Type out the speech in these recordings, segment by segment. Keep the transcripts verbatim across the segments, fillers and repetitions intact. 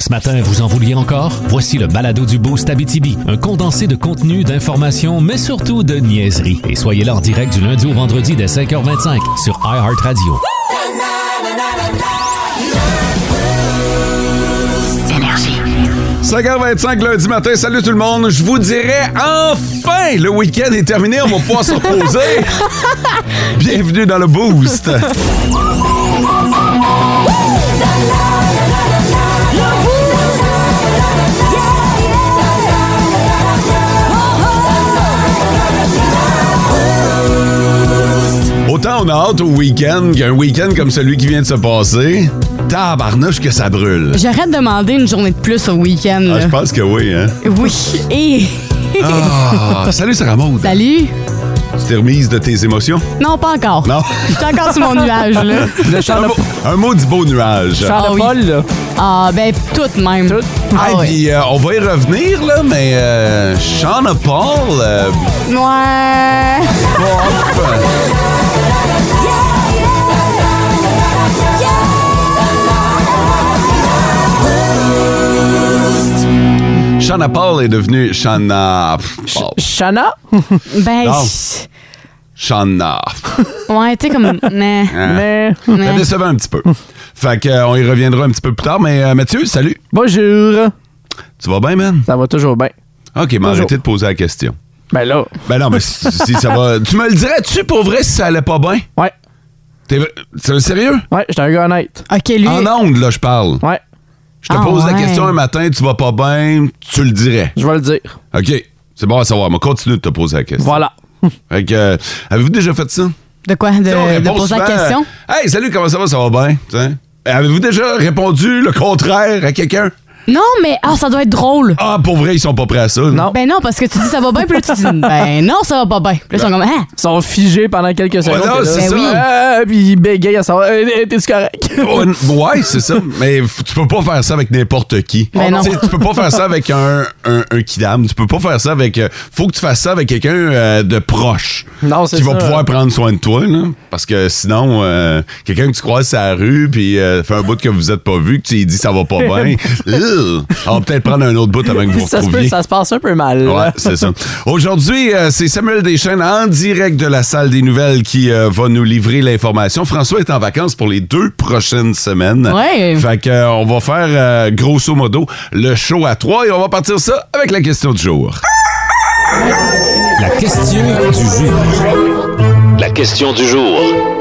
Ce matin, vous en vouliez encore? Voici le balado du Boost Abitibi, un condensé de contenu, d'informations, mais surtout de niaiseries. Et soyez là en direct du lundi au vendredi dès cinq heures vingt-cinq sur iHeartRadio. cinq heures vingt-cinq lundi matin, salut tout le monde. Je vous dirais enfin, le week-end est terminé, on va pouvoir se reposer. Bienvenue dans le Boost. Autant on a hâte au week-end qu'un week-end comme celui qui vient de se passer. Tabarnouche que ça brûle. J'aurais demandé une journée de plus au week-end. Ah, je pense que oui, hein? Oui. Et... ah, salut Sarah Maud. Salut. Tu t'es remise de tes émotions? Non, pas encore. Non? Je suis encore sur mon nuage, là. Le chant un, de... un mot du beau nuage. Chant ah, de Paul, oui. Là. Ah, ben, tout même. Tout. Ah, ah, puis oui. euh, on va y revenir, là, mais euh, Sean Paul... Euh... Ouais. Shana Paul est devenue Shana... Ch- Shana? Ben... Non. Shana. Ouais, tu sais, comme... Mais... Mais... mais... décevant un petit peu. Fait qu'on euh, y reviendra un petit peu plus tard. Mais euh, Mathieu, salut. Bonjour. Tu vas bien, man? Ça va toujours bien. OK, mais arrêtez de poser la question. Ben là... Ben non, mais si, si ça va... Tu me le dirais-tu pour vrai si ça allait pas bien? Ouais. T'es c'est sérieux? Ouais, j'étais un gars honnête. OK, lui... En ondes, là, je parle. Ouais. Je te ah, pose ouais. la question un matin, tu vas pas bien, tu le dirais. Je vais le dire. OK. C'est bon à savoir. Mais continue de te poser la question. Voilà. Fait que, euh, avez-vous déjà fait ça? De quoi? De, de poser la question? Hey, salut, comment ça va? Ça va bien? T'sais? Avez-vous déjà répondu le contraire à quelqu'un? Non, mais ah, ça doit être drôle. Ah, pour vrai, ils sont pas prêts à ça. Non. Ben non, parce que tu dis ça va bien, puis là, tu dis ben non, ça va pas bien. Puis là, ils sont comme, hein? Ils sont figés pendant quelques secondes. Ouais, non, c'est ben ça. oui. Ah, puis ils bégayent à savoir, hey, t'es-tu correct? Ouais, c'est ça. Mais f- tu peux pas faire ça avec n'importe qui. Ben non. T'sais, tu peux pas faire ça avec un, un, un kidam. Tu peux pas faire ça avec... Euh, faut que tu fasses ça avec quelqu'un euh, de proche. Non, c'est qui ça. va pouvoir prendre soin de toi, là. Parce que sinon, euh, quelqu'un que tu croises sur la rue, puis euh, fait un bout que vous êtes pas vu, que tu lui dis ça va pas bien. euh, on va peut-être prendre un autre bout avant que vous vous ça, se peut, retrouviez. ça se passe un peu mal. Ouais, c'est ça. Aujourd'hui, euh, c'est Samuel Deschênes en direct de la salle des nouvelles qui euh, va nous livrer l'information. François est en vacances pour les deux prochaines semaines. Ouais. Fait que euh, on va faire euh, grosso modo le show à trois et on va partir ça avec la question du jour. La question du jour. La question du jour.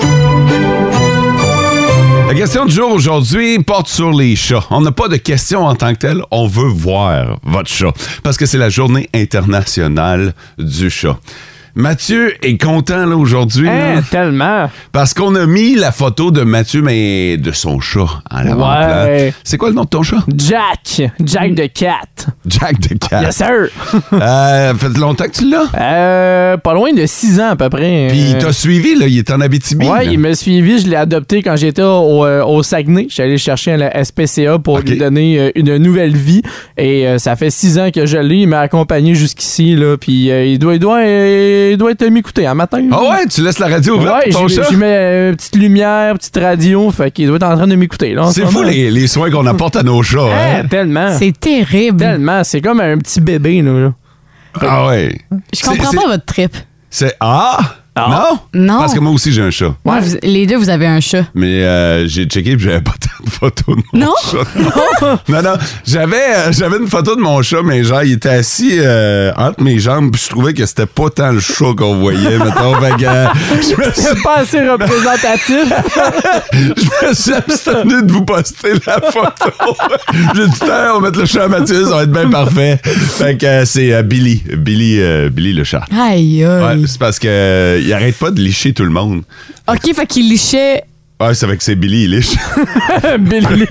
La question du jour aujourd'hui porte sur les chats. On n'a pas de question en tant que telle, on veut voir votre chat. Parce que c'est la journée internationale du chat. Mathieu est content là aujourd'hui. Hein, là, tellement. parce qu'on a mis la photo de Mathieu, mais de son chat en avant-plan. Ouais. C'est quoi le nom de ton chat? Jack. Jack the Cat. Jack the Cat. Yes, sir. euh, fait longtemps que tu l'as? Euh, pas loin de six ans à peu près. Puis il Euh, t'a suivi, là, il est en Abitibi. Ouais, là. il m'a suivi. Je l'ai adopté quand j'étais au, euh, au Saguenay. Je suis allé chercher la S P C A pour Ok. lui donner euh, une nouvelle vie. Et euh, ça fait six ans que je l'ai. Il m'a accompagné jusqu'ici. Là, puis euh, il doit, il doit, euh, il doit être m'écouter un matin. Ah ouais, tu laisses la radio ouverte Ouais, pour ton j'y chat? j'y mets une petite lumière, petite radio. Fait qu'il doit être en train de m'écouter. Là, en C'est ce fou moment. les, les soins qu'on apporte à nos chats. Hein, Hein? tellement. C'est terrible. Tellement. C'est comme un petit bébé. Là, là. Ah ouais. Je comprends C'est- pas votre trip. C'est... Ah! Ah. Non? Non. Parce que moi aussi, j'ai un chat. Ouais, vous- les deux, vous avez un chat. Mais euh, j'ai checké et j'avais pas tant de photos de mon Non? chat. non, non. J'avais, euh, j'avais une photo de mon chat, mais genre, il était assis euh, entre mes jambes puis je trouvais que c'était pas tant le chat qu'on voyait, mettons. Fait que, euh, je me suis- C'est pas assez représentatif. je me suis abstenu de vous poster la photo. J'ai dit, tiens, on va mettre le chat à Mathieu, ça va être bien parfait. Fait que euh, c'est euh, Billy. Billy, euh, Billy le chat. Aïe, Ouais, aïe. c'est parce que euh, il arrête pas de licher tout le monde. OK, fait qu'il lichait. Ouais, c'est avec que c'est Billy, il liche. Billy.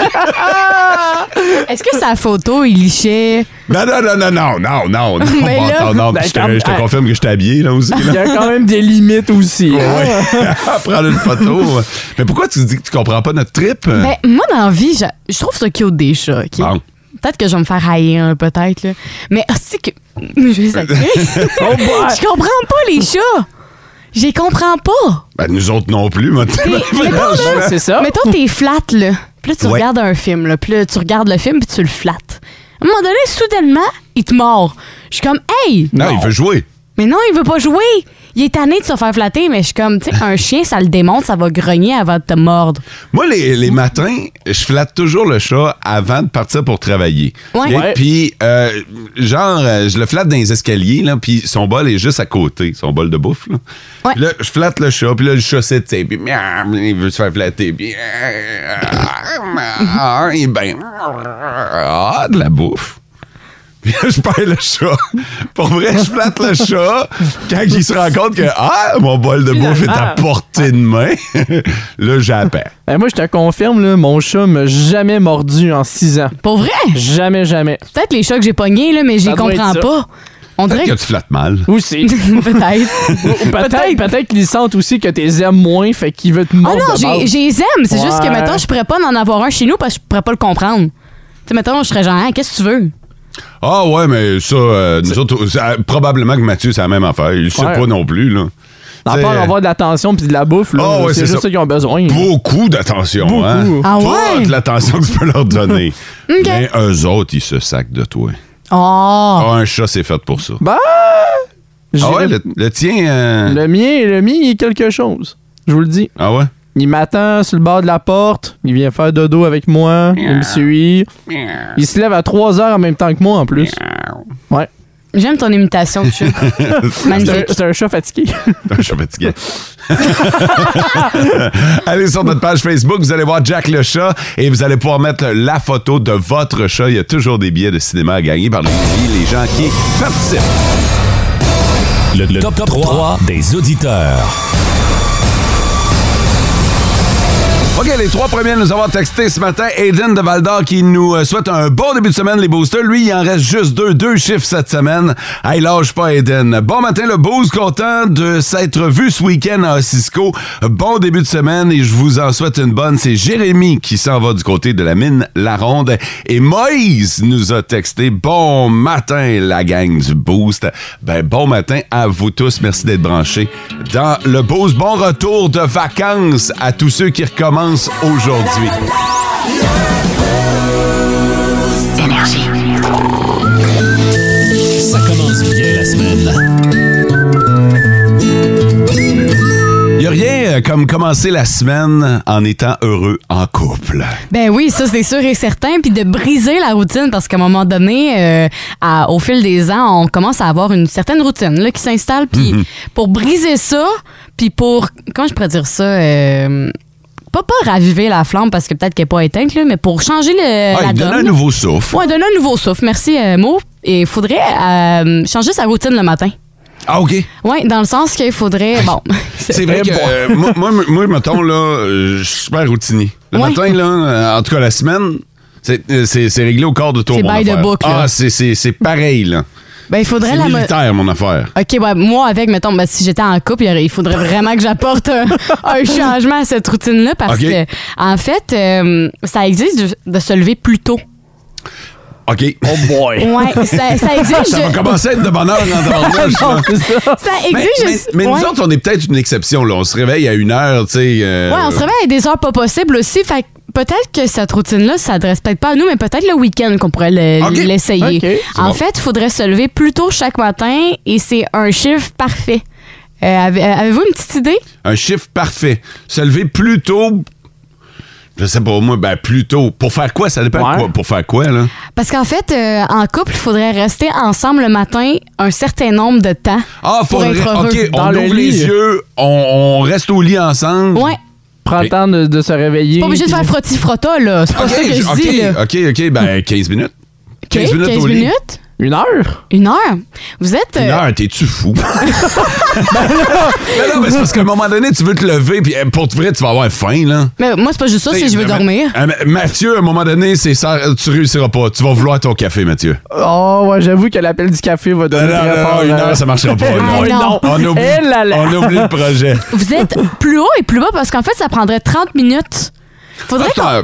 Est-ce que sa photo, il lichait? Non, non, non, non, non, non, non, non. Mais Bon, là- non, non, Ben, je te, comme- je te confirme que je suis habillé, là, aussi. Il y Là. a quand même des limites aussi. hein. Ouais. Prendre une photo. Mais pourquoi tu dis que tu comprends pas notre trip? Ben, moi, dans la vie, je, je trouve ça cute des chats, OK? Bon. Peut-être que je vais me faire haïr, là, peut-être, là. Mais c'est que... Je vais sacrer. Oh boy. Je comprends pas les chats. Je les comprends pas. Ben, nous autres non plus, maintenant. T'es- mettons, là, Ben, c'est ça. mettons, t'es flat, là. Puis là, tu Ouais. regardes un film, là, puis là, tu regardes le film, puis tu le flattes. À un moment donné, soudainement, il te mord. Je suis comme, hey! Non, il veut jouer. Mais non, il veut pas jouer. Il est tanné de se faire flatter, mais je suis comme, tu sais, un chien, ça le démonte, ça va grogner avant de te mordre. Moi, les, les matins, je flatte toujours le chat avant de partir pour travailler. Ouais. Et Ouais. puis, euh, genre, euh, je le flatte dans les escaliers, là, puis son bol est juste à côté, son bol de bouffe. Là, Ouais. Puis là je flatte le chat, puis là, le chat c'est, tu sais, puis miam, il veut se faire flatter, puis ah, il est ben, ah, de la bouffe. Puis là, je perds le chat. Pour vrai, je flatte le chat. Quand il se rend compte que, ah, mon bol de bouffe est à portée de main, là, j'appelle. Ben, moi, je te confirme, là, mon chat m'a jamais mordu en six ans. Pour vrai? Jamais, jamais. Peut-être les chats que j'ai pognés, là, mais j'y Ça doit comprends être ça. pas. On Peut-être dirait que tu flattes mal. Aussi. que... Peut-être. Ou peut-être peut-être qu'ils sentent aussi que t'es aimes moins, fait qu'ils veulent te Ah mordre non, de j'ai base. j'ai les aime. C'est juste que, Ouais. mettons, je pourrais pas en avoir un chez nous parce que je pourrais pas le comprendre. Tu sais, mettons, je serais genre, hein, qu'est-ce que tu veux? Ah ouais, mais ça, euh, nous autres, ça, probablement que Mathieu, c'est la même affaire. Il sait Ouais. pas non plus, là. À T'sais, part avoir de l'attention puis de la bouffe, là, Ah ouais, c'est c'est juste ça. ça qu'ils ont besoin. Beaucoup d'attention, Beaucoup. hein? Ah ouais? Toute l'attention que tu peux leur donner. OK. Mais eux autres, ils se sacent de toi. Oh! Ah, un chat, c'est fait pour ça. Bah! Ah ouais, le, le tien... euh, Le mien, le mien, il est quelque chose. Je vous le dis. Ah ouais? Il m'attend sur le bord de la porte. Il vient faire dodo avec moi. Il me suit. Il se lève à trois heures en même temps que moi, en plus. Ouais. J'aime ton imitation de chat. C'est un, Magnifique. c'est un chat fatigué. Je suis fatigué. Allez sur notre page Facebook, vous allez voir Jack le chat et vous allez pouvoir mettre la photo de votre chat. Il y a toujours des billets de cinéma à gagner par les, les gens qui participent. Le, le top, trois des auditeurs. OK, les trois premiers à nous avoir texté ce matin, Aiden de Val-d'Or qui nous euh, souhaite un bon début de semaine, les boosters. Lui, il en reste juste deux, deux chiffres cette semaine. Hey, lâche pas, Aiden. Bon matin, le boost, content de s'être vu ce week-end à Cisco. Bon début de semaine et je vous en souhaite une bonne. C'est Jérémy qui s'en va du côté de la mine La Ronde. Et Moïse nous a texté, bon matin, la gang du boost. Ben, bon matin à vous tous. Merci d'être branchés dans le boost. Bon retour de vacances à tous ceux qui recommencent aujourd'hui. Énergie. Ça commence bien la semaine. Il n'y a rien euh, comme commencer la semaine en étant heureux en couple. Ben oui, ça c'est sûr et certain. Puis de briser la routine parce qu'à un moment donné, euh, à- au fil des ans, on commence à avoir une certaine routine là, qui s'installe. Puis pour briser ça, puis pour, comment je pourrais dire ça, euh, pas, pas raviver la flamme parce que peut-être qu'elle n'est pas éteinte, là, mais pour changer le, Ah, la il donne donne. un nouveau souffle. Ouais, donner un nouveau souffle. Merci, euh, Mo. Et il faudrait euh, changer sa routine le matin. Ah, OK. Oui, dans le sens qu'il faudrait. Bon. C'est vrai que euh, moi, moi, moi, mettons, là, euh, je suis super routinier. Le Ouais. matin, là, euh, en tout cas, la semaine, c'est, euh, c'est, c'est réglé au quart de tour, C'est mon by the affaire. book, là. Ah, c'est, c'est, c'est pareil, là. Ben, il faudrait C'est la. mo- militaire, mon affaire. OK, ouais, moi, avec, mettons, ben, si j'étais en couple, il y aurait- il faudrait vraiment que j'apporte un, un changement à cette routine-là parce OK. que, en fait, euh, ça existe de, de se lever plus tôt. OK. Oh boy. Ouais, ça, ça existe. Ça va de- commencer à être de bonne heure en tabarnouche, là. Non, c'est ça. ça Mais, existe. mais, je- mais nous ouais. autres, on est peut-être une exception, là. On se réveille à une heure, tu sais. euh, Ouais, on se réveille à des heures pas possibles aussi. Fait que peut-être que cette routine-là, ça s'adresse peut-être pas à nous, mais peut-être le week-end qu'on pourrait le- OK. l'essayer. OK. C'est En bon. fait, il faudrait se lever plus tôt chaque matin et c'est un chiffre parfait. Euh, avez- Avez-vous une petite idée? Un chiffre parfait. Se lever plus tôt. Je sais pas, moi, ben, plus tôt. Pour faire quoi? Ça dépend de Ouais. quoi. Pour faire quoi, là? Parce qu'en fait, euh, en couple, il faudrait rester ensemble le matin un certain nombre de temps. Ah, Pour faudrait. être heureux. OK, Dans on le ouvre lit. les yeux, on, on reste au lit ensemble. Ouais. Prends le temps de, de se réveiller. Pas obligé de puis- faire frotti-frotta, là. C'est pas OK, ça que je OK, dis, là. OK, OK, ben, quinze minutes. OK, quinze minutes quinze au lit. minutes? Une heure? Une heure? Vous êtes... Une euh, heure, t'es-tu fou? ben non, mais c'est parce qu'à un moment donné, tu veux te lever, puis euh, pour de vrai, tu vas avoir faim, là. Mais moi, c'est pas juste ça, c'est que je veux T'sais, dormir. euh, euh, Mathieu, à un moment donné, c'est ça, tu réussiras pas. Tu vas vouloir ton café, Mathieu. Oh, ouais, j'avoue que l'appel du café va donner Non, très non, fort. une hein. heure, ça marchera pas. Ah, non. non. On oublie, Eh là là. on oublie le projet. Vous êtes plus haut et plus bas parce qu'en fait, ça prendrait trente minutes. Faudrait Ah, c'est qu'on... un,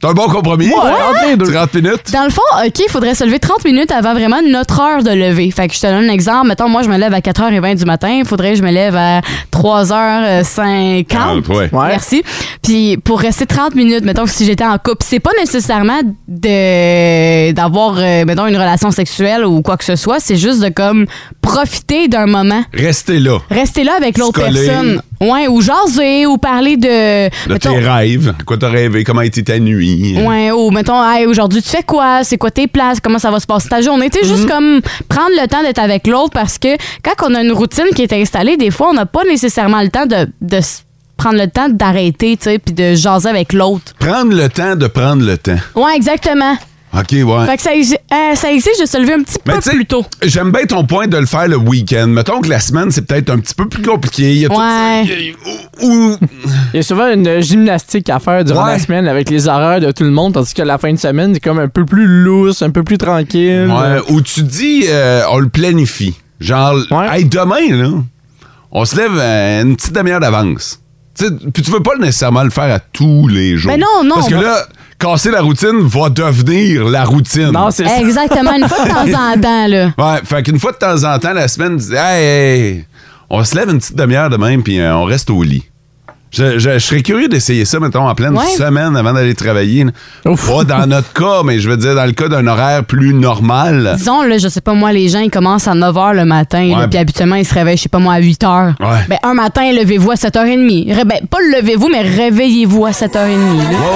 C'est un bon compromis. Ouais, entre les deux. trente minutes. Dans le fond, OK, il faudrait se lever trente minutes avant vraiment notre heure de lever. Fait que je te donne un exemple. Mettons, moi, je me lève à quatre heures vingt du matin. Il faudrait que je me lève à trois heures cinquante. Ouais. Ouais. Merci. Puis pour rester trente minutes, mettons, si j'étais en couple, c'est pas nécessairement de d'avoir, euh, mettons, une relation sexuelle ou quoi que ce soit. C'est juste de, comme, profiter d'un moment. Restez là. Rester là avec l'autre Se coller. personne. Ouais, ou jaser, ou parler de... De mettons, tes rêves. Quoi t'as rêvé? Comment a été ta nuit? Ouais, ou mettons, hey, aujourd'hui, tu fais quoi? C'est quoi tes places? Comment ça va se passer ta journée? Tu sais, juste comme prendre le temps d'être avec l'autre parce que quand on a une routine qui est installée, des fois, on n'a pas nécessairement le temps de, de s- prendre le temps d'arrêter, tu sais, puis de jaser avec l'autre. Prendre le temps de prendre le temps. Ouais, exactement. OK, ouais. Fait que ça, exi- euh, ça exige de se lever un petit Mais peu tu sais, plus tôt. j'aime bien ton point de le faire le week-end. Mettons que la semaine, c'est peut-être un petit peu plus compliqué. Il y a tout Ouais. ça. il y a- Ou, ou- Il y a souvent une gymnastique à faire durant Ouais. la semaine avec les horaires de tout le monde, tandis que la fin de semaine, c'est comme un peu plus loose, un peu plus tranquille. ouais, ou tu dis, euh, on le planifie. Genre, Ouais. hey, demain, là, on se lève euh, une petite demi-heure d'avance. Tu sais, puis tu veux pas nécessairement le faire à tous les jours. Mais non, non, Parce que on va- là, casser la routine va devenir la routine. Non, c'est ça. Exactement, une fois de temps en temps, là. Ouais, fait qu'une fois de temps en temps, la semaine, tu dis, hey, hey, on se lève une petite demi-heure de même, puis euh, on reste au lit. Je, je- je serais curieux d'essayer ça, mettons, en pleine Ouais. semaine avant d'aller travailler. là. Ouf. Pas dans notre cas, mais je veux dire, dans le cas d'un horaire plus normal. Disons, là, je sais pas moi, les gens, ils commencent à neuf heures le matin, là, Ouais. puis habituellement, ils se réveillent, je sais pas moi, à huit heures. Ouais. Ben, un matin, levez-vous à sept heures trente. Ré- ben, pas le levez-vous, mais réveillez-vous à sept heures trente. là.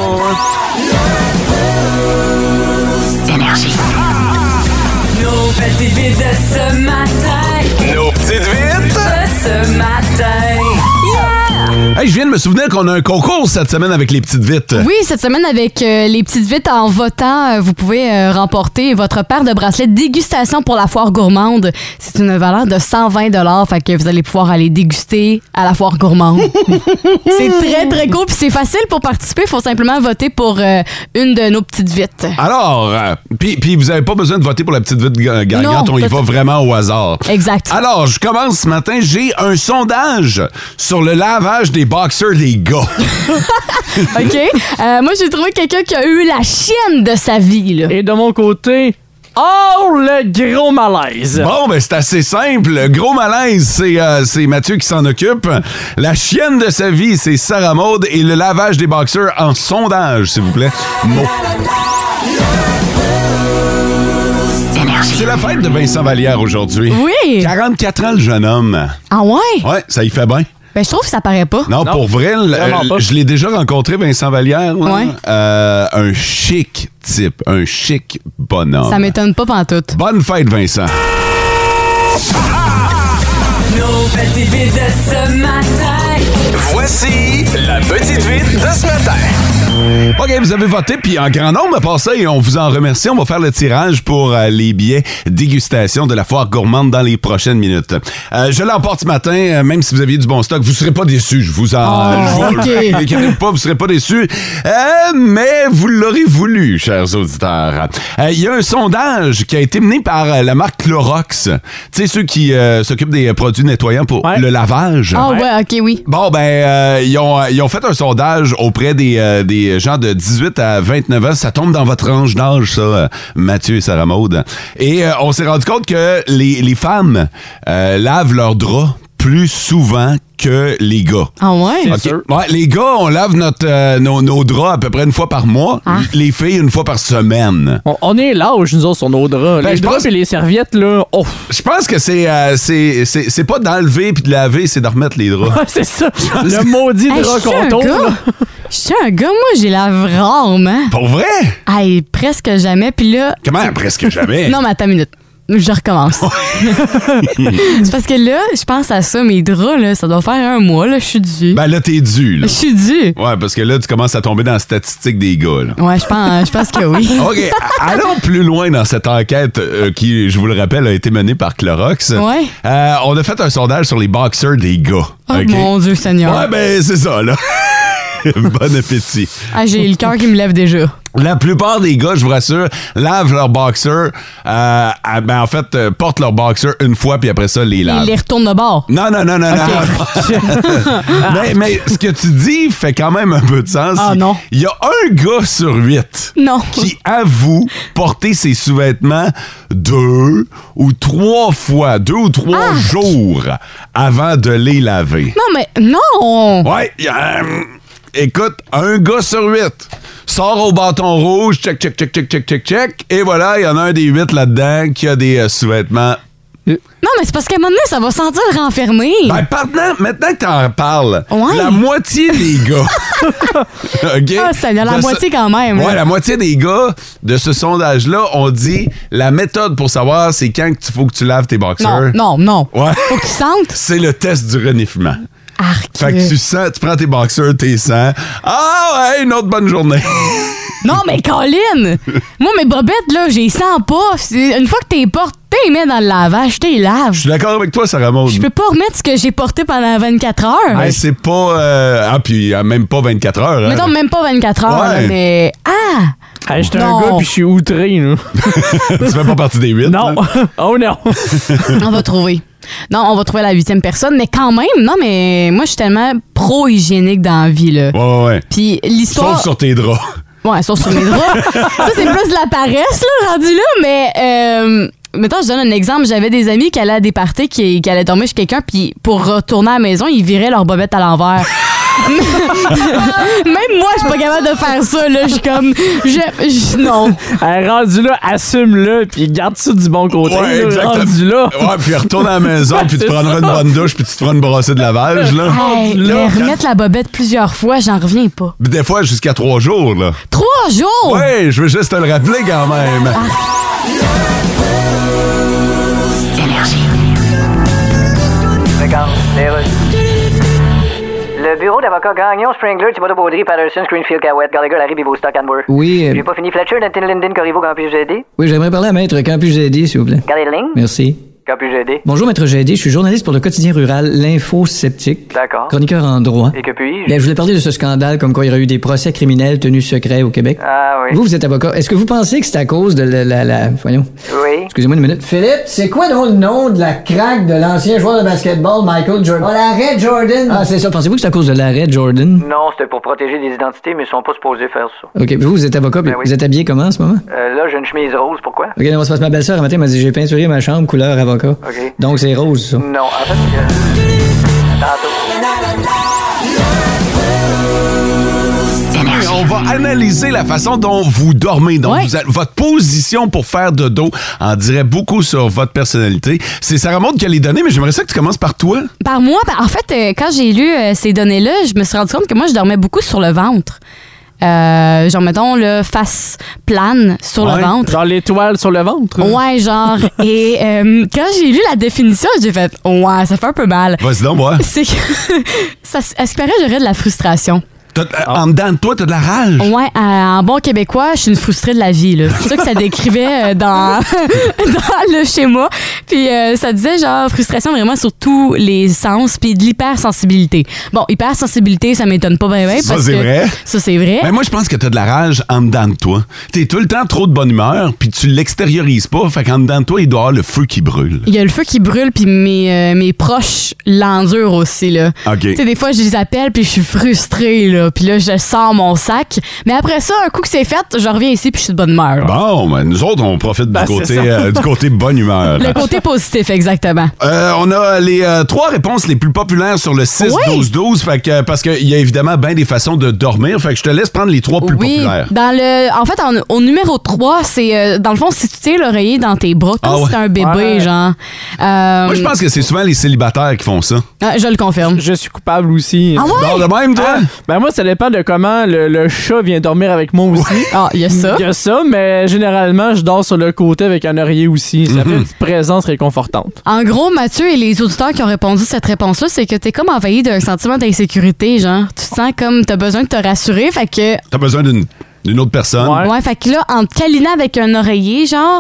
Nos petites vites de ce matin. Nos petites vites! De ce matin. Yeah! Hey, je viens de me souvenir qu'on a un concours cette semaine avec les petites vites. Oui, cette semaine, avec euh, les petites vites en votant, euh, vous pouvez euh, remporter votre paire de bracelets de dégustation pour la foire gourmande. C'est une valeur de cent vingt dollars, fait que vous allez pouvoir aller déguster à la foire gourmande. C'est très, très cool, puis c'est facile pour participer. Il faut simplement voter pour euh, une de nos petites vites. Alors, euh, puis puis vous avez pas besoin de voter pour la petite vite ga- gagnante, Non, on y pas va tout. vraiment au hasard. Exact. Alors, je commence ce matin, j'ai un sondage sur le lavage des boxers des gars. OK? Euh, moi, j'ai trouvé quelqu'un qui a eu la chienne de sa vie, là. Et de mon côté, oh, le gros malaise. Bon, ben c'est assez simple. Le gros malaise, c'est euh, c'est Mathieu qui s'en occupe. La chienne de sa vie, c'est Sarah Maud. Et le lavage des boxers en sondage, s'il vous plaît. Mo. C'est la fête de Vincent Vallière aujourd'hui. Oui! quarante-quatre ans, le jeune homme. Ah ouais? Ouais, ça y fait bien. Ben, je trouve que ça paraît pas. Non, Non, pour vrai, l- vraiment euh, pas. je l'ai déjà rencontré, Vincent Vallière. là. Ouais. Euh, un chic type, un chic bonhomme. Ça m'étonne pas pantoute. Bonne fête, Vincent. Nos petites vites de ce matin. Voici la petite vite de ce matin. OK, vous avez voté, puis en grand nombre, à part ça, et on vous en remercie. On va faire le tirage pour euh, les billets dégustation de la foire gourmande dans les prochaines minutes. Euh, je l'emporte ce matin, euh, même si vous aviez du bon stock, vous serez pas déçus. Je vous en... Oh, je vous OK. inquiétez pas, vous serez pas déçus. Euh, mais vous l'aurez voulu, chers auditeurs. Euh, Il y a un sondage qui a été mené par euh, la marque Clorox. Tu sais, ceux qui euh, s'occupent des produits nettoyants pour Ouais. le lavage. Ah ouais, OK, oui. Bon, ben, euh, ils, ont, ils ont fait un sondage auprès des, euh, des gens de dix-huit à vingt-neuf ans. Ça tombe dans votre range d'âge, ça, euh, Mathieu et Sarah Maud. Et euh, on s'est rendu compte que les, les femmes euh, lavent leurs draps plus souvent que les gars. Ah ouais? OK. sûr. Ouais, les gars, on lave notre, euh, nos, nos draps à peu près une fois par mois. Ah. Les filles, une fois par semaine. On, on est lâche, nous autres, sur nos draps. Ben, les je draps pense- et les serviettes, là, oh, Je pense que c'est euh, c'est c'est c'est pas d'enlever puis de laver, c'est de remettre les draps. c'est ça. Le maudit Hey, drap je suis un qu'on gars. tourne. Je suis un gars, moi, j'ai lave rarement. Pour vrai? Hey, presque jamais. Puis là. Comment? Presque jamais. Non, mais attends une minute. Je recommence. C'est parce que là, je pense à ça, mes draps, là, ça doit faire un mois, là, je suis due. Ben là, t'es dû, là. Je suis due. Ouais, parce que là, tu commences à tomber dans la statistique des gars, là. Ouais, je pense, je pense que oui. OK, allons plus loin dans cette enquête euh, qui, je vous le rappelle, a été menée par Clorox. Ouais. Euh, on a fait un sondage sur les boxers des gars. Oh OK? mon Dieu Seigneur. Ouais, ben c'est ça, là. Bon appétit. Ah, j'ai le cœur qui me lève déjà. La plupart des gars, je vous rassure, lavent leur boxer. Euh, à- ben en fait, euh, portent leur boxer une fois, puis après ça, les lavent. Il les retourne de bord. Non, non, non, non, Ok. non. mais, mais ce que tu dis fait quand même un peu de sens. Ah, non. Il y a un gars sur huit Non. qui avoue porter ses sous-vêtements deux ou trois fois, deux ou trois Ah. jours avant de les laver. Non, mais non! Ouais, y a, euh, écoute, un gars sur huit sort au bâton rouge, check, check, check, check, check, check, check, et voilà, il y en a un des huit là-dedans qui a des euh, sous-vêtements. Non, mais c'est parce qu'à un moment donné, ça va sentir renfermé. Ben, maintenant, maintenant que t'en parles, Ouais. la moitié des gars. OK? Ah, ça, il y a la De moitié ce- quand même. Ouais, là. la moitié des gars de ce sondage-là ont dit la méthode pour savoir c'est quand il faut que tu laves tes boxers. Non, non, non. Ouais. Faut que tu sentes. C'est le test du reniflement. Arc. Fait que tu sens, tu prends tes boxers, t'es sens. Ah ouais, une autre bonne journée. Non, mais Colin! Moi, mes bobettes, là, j'y sens pas. C'est- Une fois que t'es portes, t'es mets dans le lavage, t'es laves. Je suis d'accord avec toi, Sarah Maud. Je peux pas remettre ce que j'ai porté pendant vingt-quatre heures. Ben, c'est pas. euh, Ah, puis euh, même pas vingt-quatre heures. Hein. Mettons même pas vingt-quatre heures, Ouais. là, mais. Ah! Hey, j'étais un Non. gars puis je suis outré, là. Tu fais pas partie des huit. Non. là? Oh non. On va trouver. Non, on va trouver la huitième personne, mais quand même, non, mais moi, je suis tellement pro-hygiénique dans la vie, là. Ouais, ouais, ouais. Puis l'histoire. Sauf sur tes draps. Ouais, sauf sur mes draps. Ça, c'est plus de la paresse, là, rendu là, mais. Euh... Mettons, je donne un exemple. J'avais des amis qui allaient à des parties, qui, qui allaient dormir chez quelqu'un, puis pour retourner à la maison, ils viraient leur bobette à l'envers. Même moi, je suis pas capable de faire ça, là. Je suis comme. Je, je- non. Hey, rendu là, assume-le puis garde ça du bon côté. Ouais, là, exactement. rendu là. Ouais, puis retourne à la maison, puis tu C'est prendras une ça. bonne douche, puis tu te feras une brossée de lavage, là. Hey, Là, mais quand- remettre la bobette plusieurs fois, j'en reviens pas. Des fois, jusqu'à trois jours, là. Trois jours! Ouais, je veux juste te le rappeler quand même. Le bureau d'avocat Gagnon, Springler, Thibodeau, Baudry, Patterson, Screenfield, Cowett, Gallagher, Larry, Bibo, Stock, Anwer. Oui, euh, J'ai pas fini Fletcher, Denton, Linden, Corriveau, quand puis-je aider? oui, j'aimerais parler à Maître Quand puis-je aider, s'il vous plaît? Gardez la ligne. Merci. Quand puis-je aider? Bonjour, Maître Gédé. Je suis journaliste pour le quotidien rural L'Info Sceptique. D'accord. Chroniqueur en droit. Et que puis-je? Bien, je voulais parler de ce scandale comme quoi il y aurait eu des procès criminels tenus secrets au Québec. Ah oui. Vous, vous êtes avocat. Est-ce que vous pensez que c'est à cause de la... la, la- voyons. Oui. Excusez-moi une minute. Philippe, c'est quoi donc le nom de la craque de l'ancien joueur de basketball Michael Jordan? Oh, l'arrêt Jordan. Ah, c'est ça. Pensez-vous que c'est à cause de l'arrêt Jordan? Non, c'était pour protéger des identités, mais ils sont pas supposés faire ça. OK. Vous, vous êtes avocat, puis Ben oui. vous êtes habillé comment en ce moment? Euh, là, j'ai une chemise rose, pourquoi? OK, non, c'est parce que ma belle-sœur, un matin, m'a dit j'ai peinturé ma chambre couleur avocat. OK. Donc, c'est rose, ça. Non, en fait, euh, tantôt. On va analyser la façon dont vous dormez. Donc, Ouais. vous a- votre position pour faire dodo en dirait beaucoup sur votre personnalité. C'est Sarah Maud qui a les données, mais j'aimerais ça que tu commences par toi. Par moi, ben, en fait, euh, quand j'ai lu euh, ces données-là, je me suis rendu compte que moi, je dormais beaucoup sur le ventre. Euh, genre, mettons, le face plane sur Ouais. le ventre. Genre l'étoile sur le ventre. Ouais, genre. Et euh, quand j'ai lu la définition, j'ai fait ouais, ça fait un peu mal. Vas-y donc, moi. C'est que ça, à ce qui paraît, j'aurais de la frustration. T'as- En dedans de toi, t'as de la rage. Ouais, euh, en bon québécois, je suis une frustrée de la vie, là. C'est ça que ça décrivait euh, dans, dans le schéma. Puis euh, ça disait, genre, frustration vraiment sur tous les sens, puis de l'hypersensibilité. Bon, hypersensibilité, ça m'étonne pas bien, bien. Ça, parce c'est que- vrai. Ça, c'est vrai. Mais moi, je pense que t'as de la rage en dedans de toi. T'es tout le temps trop de bonne humeur, puis tu l'extériorises pas. Fait qu'en dedans de toi, il doit y avoir le feu qui brûle. Il y a le feu qui brûle, puis mes, euh, mes proches l'endurent aussi, là. OK. Tu sais, des fois, je les appelle, puis je suis frustrée, là. Puis là, je sors mon sac. Mais après ça, un coup que c'est fait, je reviens ici, puis je suis de bonne humeur. Bon, ben, nous autres, on profite Ben, du, côté, c'est ça. euh, du côté bonne humeur. Le côté positif, exactement. Euh, on a les euh, trois réponses les plus populaires sur le six douze douze. Fait que, parce qu'il y a évidemment bien des façons de dormir. Fait que je te laisse prendre les trois plus Oui, populaires. dans le, en fait, en- au numéro trois, c'est, euh, dans le fond, si tu tiens l'oreiller dans tes bras, comme Ah si ouais. c'était un bébé, Ouais. genre. Euh, Moi, je pense que c'est souvent les célibataires qui font ça. ah, je le confirme. Je suis coupable aussi. Ah ouais? Genre de même, toi? Ah, ben moi, ça dépend de comment le, le chat vient dormir avec moi aussi. Ah, il y a ça. Il y a ça, mais généralement, je dors sur le côté avec un oreiller aussi. Ça fait une petite présence réconfortante. En gros, Mathieu et les auditeurs qui ont répondu à cette réponse-là, c'est que t'es comme envahi d'un sentiment d'insécurité, genre. Tu te sens comme t'as besoin de te rassurer, fait que... T'as besoin d'une d'une autre personne. Ouais. Ouais, fait que là, en te câlinant avec un oreiller, genre,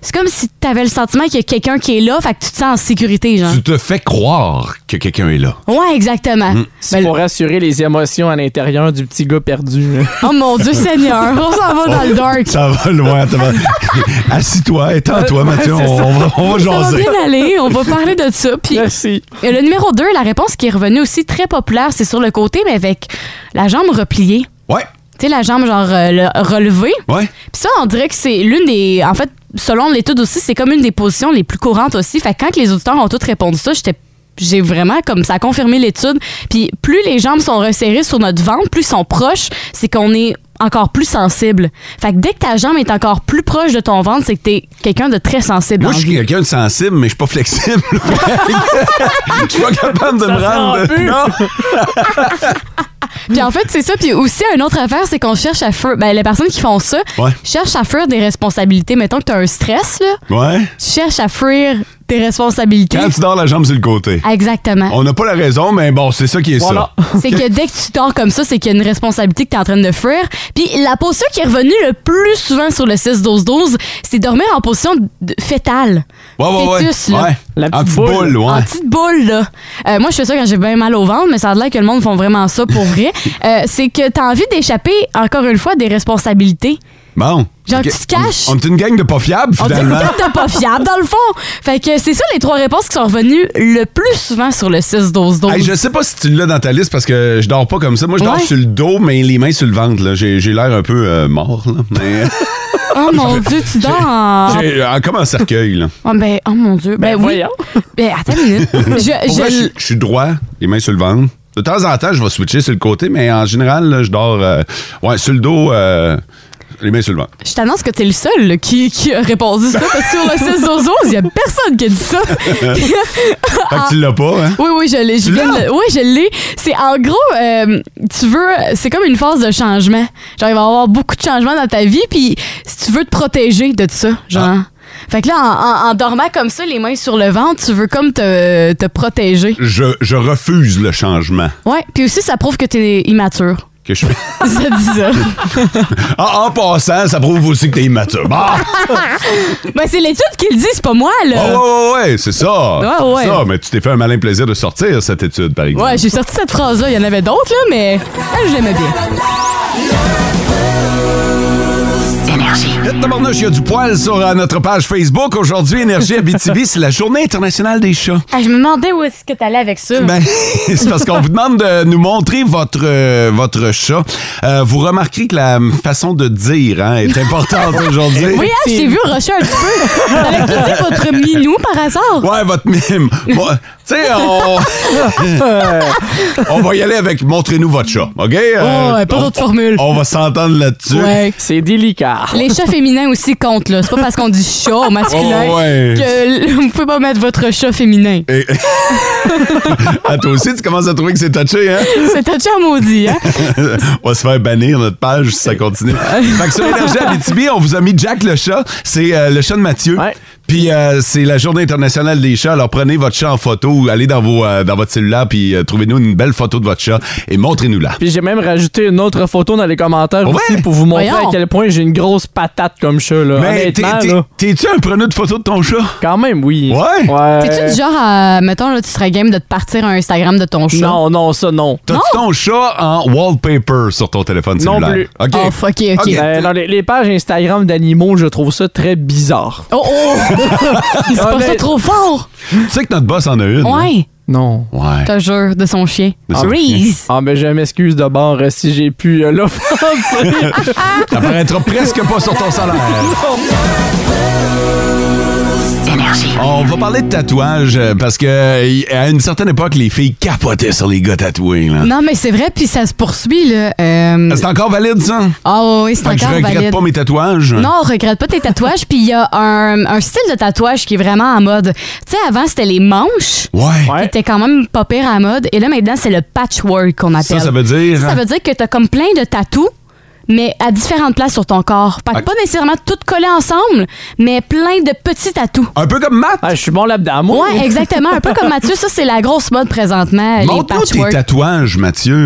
c'est comme si t'avais le sentiment qu'il y a quelqu'un qui est là, fait que tu te sens en sécurité, genre. Tu te fais croire que quelqu'un est là. Ouais, exactement. Mm. C'est pour assurer les émotions à l'intérieur du petit gars perdu. Oh mon Dieu Seigneur, on s'en va dans le dark. Ça va loin. Ça va... Assis-toi, étends-toi, Mathieu, on, on va, on va Ça va jaser. bien aller, on va parler de ça. Puis, Merci. et le numéro deux, la réponse qui est revenue aussi très populaire, c'est sur le côté, mais avec la jambe repliée. Ouais, Tu sais, la jambe genre euh, le- relevée. ouais. Puis ça, on dirait que c'est l'une des... En fait, selon l'étude aussi, c'est comme une des positions les plus courantes aussi. Fait que quand les auditeurs ont tous répondu ça, j'étais... J'ai vraiment, comme ça a confirmé l'étude. Puis plus les jambes sont resserrées sur notre ventre, plus ils sont proches, c'est qu'on est encore plus sensible. Fait que dès que ta jambe est encore plus proche de ton ventre, c'est que t'es quelqu'un de très sensible. Moi, en je suis vie. quelqu'un de sensible, mais je suis pas flexible. Je suis pas capable de Ça me se rendre. rend plus. Non. Puis en fait, c'est ça. Puis aussi, une autre affaire, c'est qu'on cherche à fuir... Ben, les personnes qui font ça Ouais. cherchent à fuir des responsabilités. Mettons que t'as un stress, là. Ouais. Tu cherches à fuir tes responsabilités. Quand tu dors la jambe sur le côté. Exactement. On n'a pas la raison, mais bon, c'est ça qui est Voilà. ça. C'est que dès que tu dors comme ça, c'est qu'il y a une responsabilité que tu es en train de fuir. Puis la position qui est revenue le plus souvent sur le six douze douze, c'est dormir en position de- fétale. Ouais, ouais, ouais. Fœtus, là. Ouais. La En petite petite boule. boule, ouais. En petite boule, là. Euh, moi, je fais ça quand j'ai bien mal au ventre, mais ça a l'air que le monde font vraiment ça pour vrai. Euh, c'est que tu as envie d'échapper, encore une fois, des responsabilités. Bon. Genre, Ok. tu te caches. On, on est une gang de pas fiables, On dit finalement. peut-être de pas fiable, dans le fond. Fait que c'est ça les trois réponses qui sont revenues le plus souvent sur le six douze douze. Hey, je sais pas si tu l'as dans ta liste parce que je dors pas comme ça. Moi, je dors Ouais. sur le dos, mais les mains sur le ventre. Là. J'ai, j'ai l'air un peu euh, mort. Là. Mais, Oh mon Dieu, tu dors en... j'ai, euh, comme un cercueil. Là. Oh, ben, oh mon Dieu. Ben, Ben, oui. voyons. Ben, attends une minute. Je, Pour vrai, je- je, je suis droit, les mains sur le ventre. De temps en temps, je vais switcher sur le côté, mais en général, là, je dors euh, ouais, sur le dos, euh, les mains sur le ventre. Je t'annonce que t'es le seul là, qui, qui a répondu ça, parce que sur le six douze douze, il y a personne qui a dit ça. Fait que tu l'as pas, hein? Oui, oui, je l'ai. Je Tu viens de l'as? le- Oui, je l'ai. C'est en gros, euh, tu veux, c'est comme une phase de changement. Genre, il va y avoir beaucoup de changements dans ta vie, puis si tu veux te protéger de ça, genre. Ah. Fait que là, en, en- en dormant comme ça, les mains sur le ventre, tu veux comme te, te protéger. Je, je refuse le changement Ouais, puis aussi, ça prouve que t'es immature. que je fais. Ça dit ça. Ah, en passant, ça prouve aussi que t'es immature. Bah! Ben, c'est l'étude qui le dit, c'est pas moi, là. Oh, ouais, ouais, ouais, c'est ça. Ouais, C'est ouais. ça, mais tu t'es fait un malin plaisir de sortir cette étude, par exemple. Ouais, j'ai sorti cette phrase-là. Il y en avait d'autres, là, mais elle, je l'aimais bien. Hit tabarnouche, il y a du poil sur euh, notre page Facebook. Aujourd'hui, Énergie Abitibi, c'est la journée internationale des chats. Ah, je me demandais où est-ce que t'allais avec ça. Ben, c'est parce qu'on vous demande de nous montrer votre, euh, votre chat. Euh, vous remarquerez que la façon de dire hein, est importante aujourd'hui. Oui, hein, je t'ai vu rusher un petit peu. T'avais-tu dit votre minou par hasard? Ouais, votre mime. Bon, tu sais, on... on va y aller avec montrez-nous votre chat, OK? Oh, ouais, pas on- d'autre formule. On va s'entendre là-dessus. Ouais. C'est délicat. Les chats féminins aussi comptent, là. C'est pas parce qu'on dit chat au masculin Oh, ouais. que l- vous pouvez pas mettre votre chat féminin. Et... ah, toi aussi, tu commences à trouver que c'est touché, hein? C'est un chat maudit, hein? On va se faire bannir notre page si ça continue. Fait que sur Énergie Abitibi, on vous a mis Jack le chat. C'est euh, le chat de Mathieu. Ouais. Puis euh, c'est la journée internationale des chats. Alors prenez votre chat en photo, allez dans vos euh, dans votre cellulaire puis euh, trouvez-nous une belle photo de votre chat et montrez-nous-la. Puis j'ai même rajouté une autre photo dans les commentaires Ouais. aussi pour vous montrer Voyons. à quel point j'ai une grosse patate comme chat, là. Mais t'es- Honnêtement, t'es- là, t'es-tu un preneur de photos de ton chat? quand même, oui. Ouais. Ouais. T'es-tu du genre à, mettons, là, tu serais game de te partir un Instagram de ton chat? Non, non, ça, non. T'as-tu ton chat en wallpaper sur ton téléphone Non cellulaire? plus. OK. Oh, fuck, ok, ok. Ok. Euh, dans les, les pages Instagram d'animaux, je trouve ça très bizarre. Oh, oh! C'est pas ça Honnête- trop fort! Tu sais que notre boss en a une. hein? Ouais, Non. Ouais. te jure, de son chien. De son Reese! Ah, ben je m'excuse de bord euh, si j'ai pu euh, l'offenser. Ça paraîtra presque pas sur ton salaire. On va parler de tatouage euh, parce que euh, à une certaine époque, les filles capotaient sur les gars tatoués. Là. Non, mais c'est vrai, puis ça se poursuit, là. Euh... C'est encore valide, ça? Ah oui, c'est Fait que je encore regrette valide. pas mes tatouages. Non, regrette pas tes tatouages. Puis il y a un, un style de tatouage qui est vraiment en mode. Tu sais, avant, c'était les manches. Ouais. Ouais. Qui était quand même pas pire à la mode. Et là, maintenant, c'est le patchwork qu'on appelle. Ça, ça veut dire. Ça, hein? ça veut dire que t'as comme plein de tatous, mais à différentes places sur ton corps. Fait que Ah. pas nécessairement toutes collées ensemble, mais plein de petits tatous. Un peu comme Matt. Ah, je suis bon là-dedans, moi. Ouais, exactement. Un peu comme Mathieu, ça, c'est la grosse mode présentement, les Montre-nous tes patchwork. tatouages, Mathieu.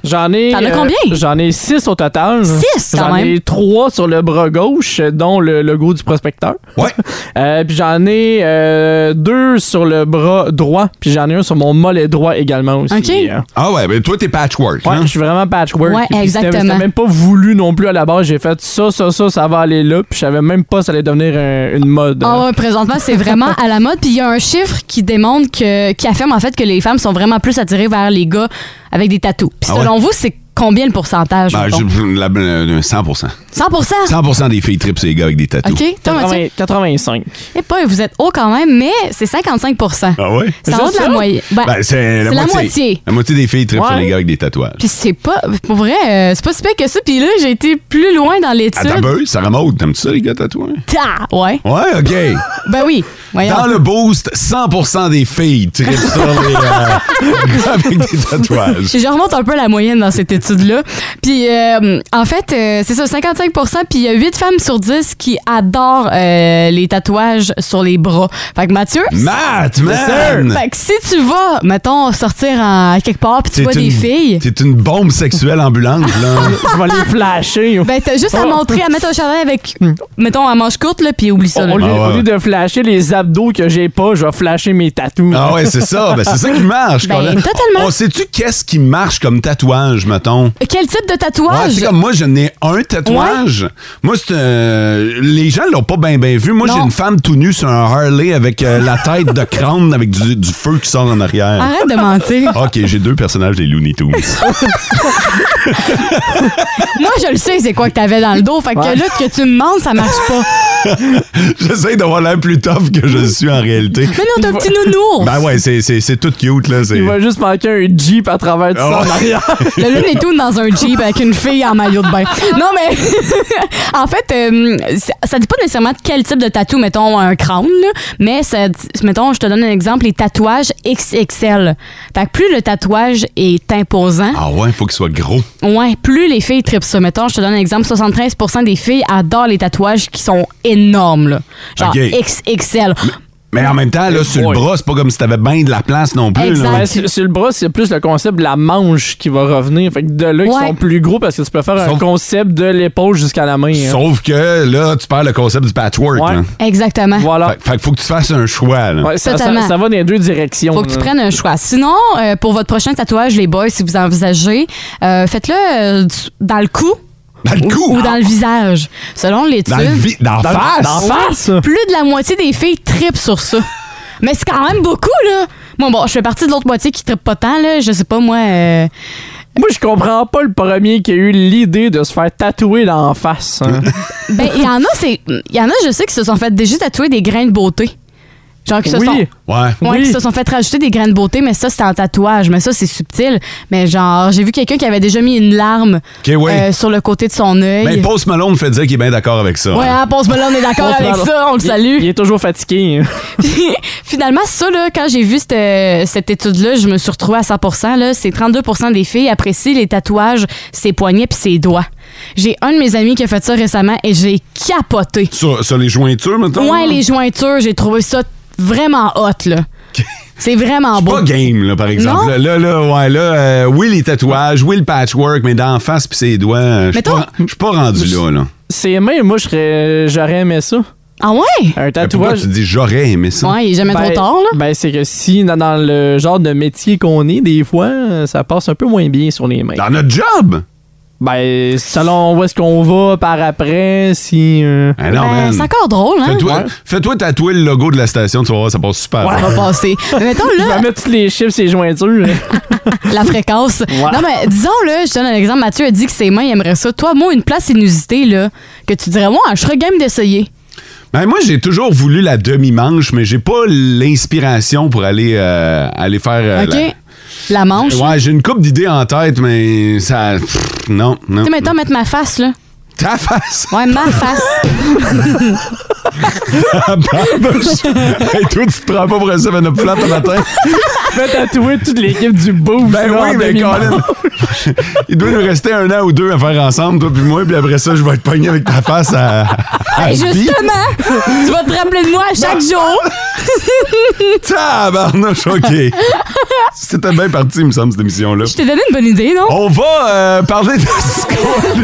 J'en ai. T'en as combien? Euh, j'en ai six au total. Six, quand J'en même. ai trois sur le bras gauche, dont le logo du prospecteur. Ouais. Euh, puis j'en ai euh, deux sur le bras droit, puis j'en ai un sur mon mollet droit également aussi. OK. Euh, Ah ouais, mais toi, t'es patchwork. Ouais, hein? je suis vraiment patchwork. Ouais, Puis c'était- exactement. C'était même pas voulu non plus à la base. J'ai fait ça, ça, ça, ça va aller là. Puis je savais même pas que ça allait devenir un- une mode. Ah ouais, présentement, c'est vraiment à la mode. Puis il y a un chiffre qui démontre que, qui affirme en fait que les femmes sont vraiment plus attirées vers les gars avec des tatous. Puis Ah selon vous, c'est combien le pourcentage? Ben, mettons? je- la- la- cent pour cent. cent pour cent? cent pour cent des filles tripent ces gars avec des tatous. OK. Toi, Mathieu? quatre-vingts quatre-vingt-cinq. Eh pas, vous êtes haut quand même, mais c'est cinquante-cinq pour cent. Ah ouais? C'est en haut Juste de la ça? moyenne. Ben, Ben, c'est la, c'est la moitié. moitié. La moitié des filles tripent Ouais. sur les gars avec des tatouages. Puis c'est pas, pour vrai, euh, c'est pas si pire que ça. Puis là, j'ai été plus loin dans l'étude. Attends, peu, Sarah Maud, t'aimes-tu ça, les gars tatoués? Ta! Ouais. Ouais, OK. Ben oui. Voyons. Dans le boost, cent pour cent des filles tripent sur les euh, gars avec des tatouages. Je remonte un peu la moyenne dans cette étude-là. Puis, euh, en fait, euh, c'est ça, cinquante-cinq pour cent. Puis, il y a huit femmes sur dix qui adorent euh, les tatouages sur les bras. Fait que Mathieu... Matt, man! Fait que si tu vas, mettons, sortir en quelque part puis tu T'es vois des une- filles... T'es une bombe sexuelle ambulante, là. Je vais les flasher. Ben, t'as juste à montrer, à mettre un chandail avec, mettons, à manche courte, là, puis oublie ça. Au, là. au lieu, Ah ouais. au lieu de flasher les abdos que j'ai pas, je vais flasher mes tatous. Ah ouais, c'est ça. Ben, c'est ça qui marche. Ben, Colin. totalement. On sait-tu qu'est-ce qui marche comme tatouage, mettons? Quel type de Ouais, tatouage? c'est comme moi, je n'ai un tatouage. Moi, c'est euh, les gens l'ont pas bien bien vu. Moi, Non. j'ai une femme tout nue sur un Harley avec euh, la tête de crâne avec du, du feu qui sort en arrière. Arrête de mentir. OK, j'ai deux personnages des Looney Tunes. Moi, je le sais, c'est quoi que t'avais dans le dos. Fait que Ouais. là, que tu me demandes, ça marche pas. J'essaie d'avoir l'air plus tough que je suis en réalité. Mais non, t'as un petit nounours. Ben ouais, c'est, c'est, c'est tout cute, là. C'est... Il va juste manquer un Jeep à travers tout ça Ah ouais. en arrière. Le lune est tout dans un Jeep avec une fille en maillot de bain. Non, mais en fait, euh, ça, ça dit pas nécessairement de quel type de tatou, mettons un crâne, là, mais ça, dit- mettons, je te donne un exemple, les tatouages X X L. Fait que plus le tatouage est imposant, Ah ouais, il faut qu'il soit gros. ouais, plus les filles trippent ça. Mettons, je te donne un exemple, soixante-treize pour cent des filles adorent les tatouages qui sont énormes, là. Genre Ok. X X L. Mais en même temps, là, sur le Ouais. bras, c'est pas comme si t'avais bien de la place non plus. Exact. Là. Ben, sur, sur le bras, c'est plus le concept de la manche qui va revenir. Fait que de là, ils Ouais. sont plus gros parce que tu peux faire un Sauf- concept de l'épaule jusqu'à la main. hein. Sauf que là, tu perds le concept du patchwork. Ouais. Là. Exactement. Voilà. Fait, fait qu'il faut que tu fasses un choix. Là. Ouais, ça, ça, Totalement. ça va dans les deux directions. Faut que tu là. prennes un choix. Sinon, euh, pour votre prochain tatouage, les boys, si vous envisagez, euh, faites-le euh, du- dans le cou. Dans le ou- cou? Ou dans le visage. Selon l'étude, Dans le vi- dans la Dans- face? dans la face? plus de la moitié des filles trippent sur ça. Mais c'est quand même beaucoup, là. Bon, bon, je fais partie de l'autre moitié qui trippe pas tant, là. Je sais pas, moi... euh, Moi, je comprends pas le premier qui a eu l'idée de se faire tatouer dans la face. hein. Ben, il y en a, c'est... Il y en a, je sais, qui se sont fait déjà tatouer des grains de beauté. Genre, qui se Oui. sont... Ouais. Ouais, Oui. qui se sont fait rajouter des grains de beauté, mais ça, c'était en tatouage. Mais ça, c'est subtil. Mais genre, j'ai vu quelqu'un qui avait déjà mis une larme OK, oui. euh, sur le côté de son œil. Ben, Post Malone fait dire qu'il est bien d'accord avec ça. Ouais, hein. hein, Post Malone, on est d'accord Post avec Malone. ça, on le Il- salue. Il est toujours fatigué. hein. Puis, finalement, ça, là, quand j'ai vu cette, cette étude-là, je me suis retrouvée à cent pour cent. Là, c'est trente-deux pour cent des filles apprécient les tatouages, ses poignets puis ses doigts. J'ai un de mes amis qui a fait ça récemment et j'ai capoté. Sur, sur les jointures, mettons? Ouais, les jointures, j'ai trouvé ça vraiment hot, là. C'est vraiment beau. Pas game, là, par exemple. Non? Là, là, là, ouais, là, euh, oui, les tatouages, oui, le patchwork, mais d'en face puis ses doigts, euh, je suis Mettons- pas, je suis pas rendu là, là. Ses mains, moi, je serais- j'aurais aimé ça. Ah ouais? Un Mais pourquoi tatouage. tu dis j'aurais aimé ça? Ouais, il est jamais Ben, trop tard, là. Ben, c'est que si, dans, dans le genre de métier qu'on est, des fois, ça passe un peu moins bien sur les mains. Dans notre job? Ben, selon où est-ce qu'on va par après, si... euh, Ah non, Ben, man. c'est encore drôle, hein? Fais-toi, Ouais. fais-toi tatouer le logo de la station, tu vas voir, ça passe super Ouais. bien. On va passer. Mais mettons, Je vais là, mettre tous les chiffres, ces jointures. la fréquence. Non, mais disons, là, je donne un exemple. Mathieu a dit que ses mains, il aimerait ça. Toi, moi, une place inusitée, là, que tu dirais, moi, je serais game d'essayer. Ben, moi, j'ai toujours voulu la demi-manche, mais j'ai pas l'inspiration pour aller, euh, aller faire... euh, OK? la- La manche. Ouais, j'ai une couple d'idées en tête, mais ça... pff, non, non. Tu sais, mettons, mettre ma face, là. Ta face! Ouais, ma face. Hey, toi, tu te prends pas pour ça, ben, flat le matin? Fais tatouer toute l'équipe du bouffe. Ben là, oui, en mais demi-manche. Colin, il doit nous rester un an ou deux à faire ensemble, toi puis moi, puis après ça, je vais être pogné avec ta face à, à Hey, vie. justement, tu vas te rappeler de moi à chaque jour. Tabarnouche, OK. C'était bien parti, il me semble, cette émission-là. Je t'ai donné une bonne idée, non? On va euh, parler de Cisco.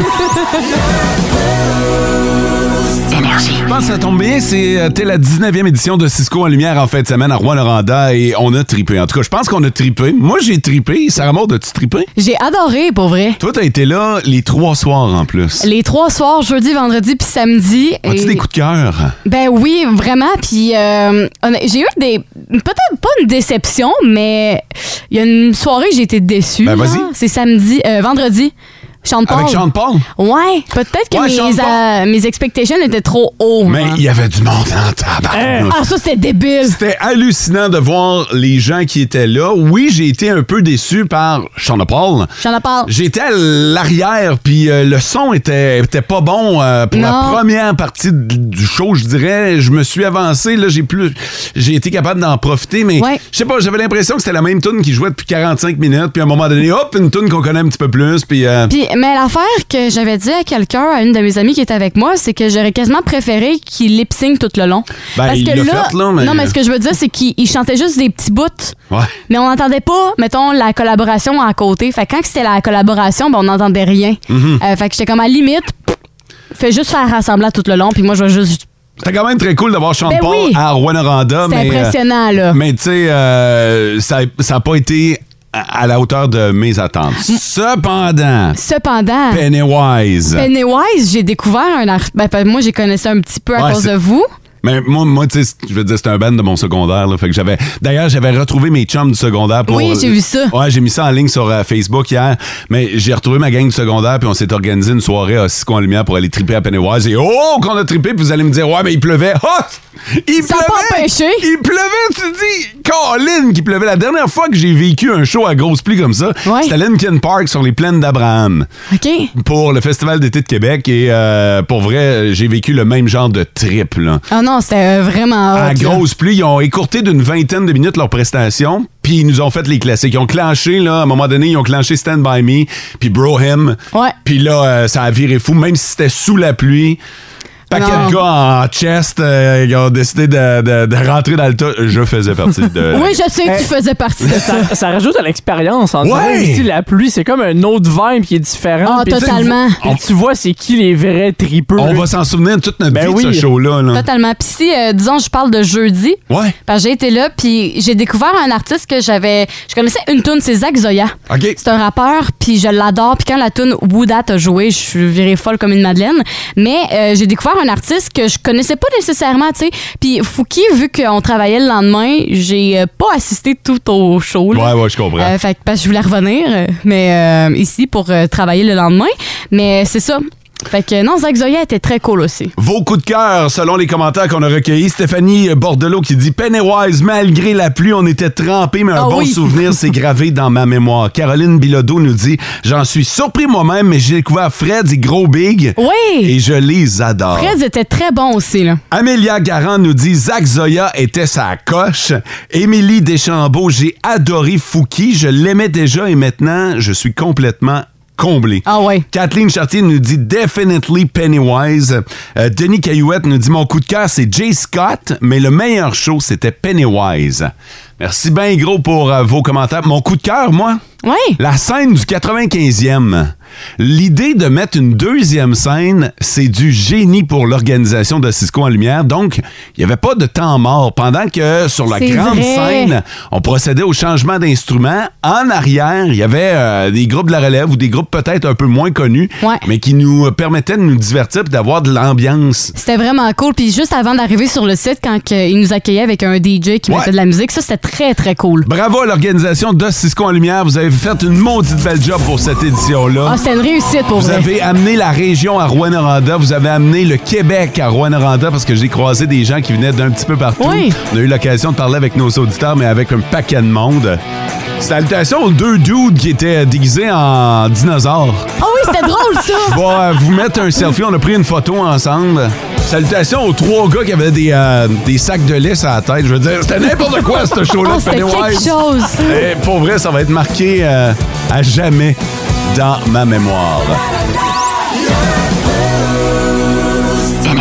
Je pense que ça tombe bien, c'était la dix-neuvième édition de Cisco en lumière en fin de semaine à Rouyn-Noranda et on a trippé. En tout cas, je pense qu'on a trippé. Moi, j'ai trippé. Sarah Maud, as-tu trippé? J'ai adoré, pour vrai. Toi, t'as été là les trois soirs en plus. Les trois soirs, jeudi, vendredi puis samedi. As-tu et... des coups de cœur? Ben oui, vraiment. Puis euh, j'ai eu des... Peut-être pas une déception, mais il y a une soirée j'ai été déçue. Ben vas-y. Là. C'est samedi, euh, Avec vendredi. Sean Paul. Paul? Ouais, peut-être que Ouais, mes, euh, mes expectations étaient trop hauts. Mais il y avait du monde en tabarnouche. Ah, ça, c'était débile. C'était hallucinant de voir les gens qui étaient là. Oui, j'ai été un peu déçu par Sean Paul. Sean Paul. J'étais à l'arrière, puis euh, le son était, était pas bon euh, pour Non. la première partie du show, je dirais. Je me suis avancé, là, j'ai plus, j'ai été capable d'en profiter, mais Ouais. je sais pas, j'avais l'impression que c'était la même tune qui jouait depuis quarante-cinq minutes, puis à un moment donné, hop, une tune qu'on connaît un petit peu plus, puis... Euh, Puis, mais l'affaire que j'avais dit à quelqu'un, à une de mes amies qui était avec moi, c'est que j'aurais quasiment préféré qu'il lip-sync tout le long. Ben, Parce il que l'a là, fait, là, mais- Non, mais ce que je veux dire, c'est qu'il il chantait juste des petits bouts. ouais. Mais on n'entendait pas, mettons, la collaboration à côté. Fait que quand c'était la collaboration, ben, on n'entendait rien. Mm-hmm. Euh, fait que j'étais comme à la limite, pff, fais juste faire rassembler tout le long, puis moi, je vais juste. C'était quand même très cool d'avoir Sean Ben Paul oui. à Rouyn-Noranda, C'était mais... euh, impressionnant, là. Mais tu sais, euh, ça n'a pas été à, à la hauteur de mes attentes. Cependant, Cependant. Pennywise. Pennywise, j'ai découvert un artiste. Ben, ben, moi, j'ai connaissé un petit peu à Ouais, cause c'est- de vous. Mais moi, moi tu sais, je veux dire, c'était un band de mon secondaire. Là, fait que j'avais. D'ailleurs, j'avais retrouvé mes chums du secondaire pour. Oui, j'ai vu ça. Ouais, j'ai mis ça en ligne sur euh, Facebook hier. Mais j'ai retrouvé ma gang du secondaire, puis on s'est organisé une soirée à Cisco en lumière pour aller tripper à Pennywise. Et oh, qu'on a trippé, puis vous allez me dire, ouais, mais il pleuvait. Ah! Il Ça a pleuvait! pas empêché. Il pleuvait, tu dis! Colin, qu'il pleuvait. La dernière fois que j'ai vécu un show à grosse pluie comme ça, Ouais. c'était à Lincoln Park sur les plaines d'Abraham. OK. Pour le Festival d'été de Québec. Et euh, pour vrai, j'ai vécu le même genre de trip, là. Ah non, c'était euh, vraiment hot, À là. grosse pluie, ils ont écourté d'une vingtaine de minutes leur prestation, puis ils nous ont fait les classiques. Ils ont clenché, là, à un moment donné, ils ont clenché Stand By Me, puis Bro Him. Ouais. Puis là, euh, ça a viré fou, même si c'était sous la pluie. Paquet Non. de gars en chest, euh, ils ont décidé de, de- de rentrer dans le tas. Je faisais partie de... Oui, je sais que tu faisais partie de ça. Ça, ça rajoute à l'expérience. En Ouais. dirait aussi, la pluie, c'est comme un autre vibe qui est différent. Ah, Puis tu- totalement. Puis tu vois, c'est qui les vrais tripeux. On va s'en souvenir toute notre Ben vie de oui. ce show-là. Là. Totalement. Puis si, euh, disons, je parle de jeudi, Ouais. parce que j'ai été là, puis j'ai découvert un artiste que j'avais... Je connaissais une tune, c'est Zach Zoya. OK. C'est un rappeur, puis je l'adore. Puis quand la tune Woodat a joué, je suis virée folle comme une madeleine. Mais euh, j'ai découvert un artiste que je connaissais pas nécessairement, tu sais. Puis Fouki, vu qu'on travaillait le lendemain, j'ai euh, pas assisté tout au show. là. Ouais, ouais, je comprends. Euh, fait que parce que je voulais revenir, euh, mais euh, ici pour euh, travailler le lendemain. Mais c'est ça. Fait que non, Zach Zoya était très cool aussi. Vos coups de cœur, selon les commentaires qu'on a recueillis. Stéphanie Bordelot qui dit « Pennywise, malgré la pluie, on était trempés, mais un Ah bon oui. souvenir s'est gravé dans ma mémoire. » Caroline Bilodeau nous dit « J'en suis surpris moi-même, mais j'ai découvert Fred et Gros Big Oui! et je les adore. » Fred était très bon aussi, là. Amélia Garand nous dit « Zach Zoya était sa coche. » Émilie Deschambault, j'ai adoré Fouki. Je l'aimais déjà et maintenant, je suis complètement comblé. Ah ouais. Kathleen Chartier nous dit Definitely Pennywise. Euh, Denis Caillouette nous dit mon coup de cœur c'est Jay Scott, mais le meilleur show c'était Pennywise. Merci bien gros pour euh, vos commentaires. Mon coup de cœur, moi, Oui. la scène du quatre-vingt-quinzième. L'idée de mettre une deuxième scène, c'est du génie pour l'organisation de Cisco en lumière. Donc, il n'y avait pas de temps mort. Pendant que sur la C'est grande vrai. scène, on procédait au changement d'instruments. En arrière, il y avait euh, des groupes de la relève ou des groupes peut-être un peu moins connus, Ouais. mais qui nous permettaient de nous divertir et d'avoir de l'ambiance. C'était vraiment cool. Puis juste avant d'arriver sur le site, quand que, ils nous accueillaient avec un D J qui Ouais. mettait de la musique, ça, c'était très, très cool. Bravo à l'organisation de Cisco en lumière. Vous avez fait une maudite belle job pour cette édition-là. Ah, c'était une réussite pour Vous vrai. avez amené la région à Rouyn-Noranda. Vous avez amené le Québec à Rouyn-Noranda parce que j'ai croisé des gens qui venaient d'un petit peu partout. Oui. On a eu l'occasion de parler avec nos auditeurs, mais avec un paquet de monde. Salutations aux deux dudes qui étaient déguisés en dinosaures. Ah oui, c'était drôle, ça. Je vais euh, vous mettre un selfie. On a pris une photo ensemble. Salutations aux trois gars qui avaient des, euh, des sacs de lait à la tête. Je veux dire, c'était n'importe quoi, ce show-là Oh, de c'était quelque Pennywise. chose. Et pour vrai, ça va être marqué euh, à jamais dans ma mémoire.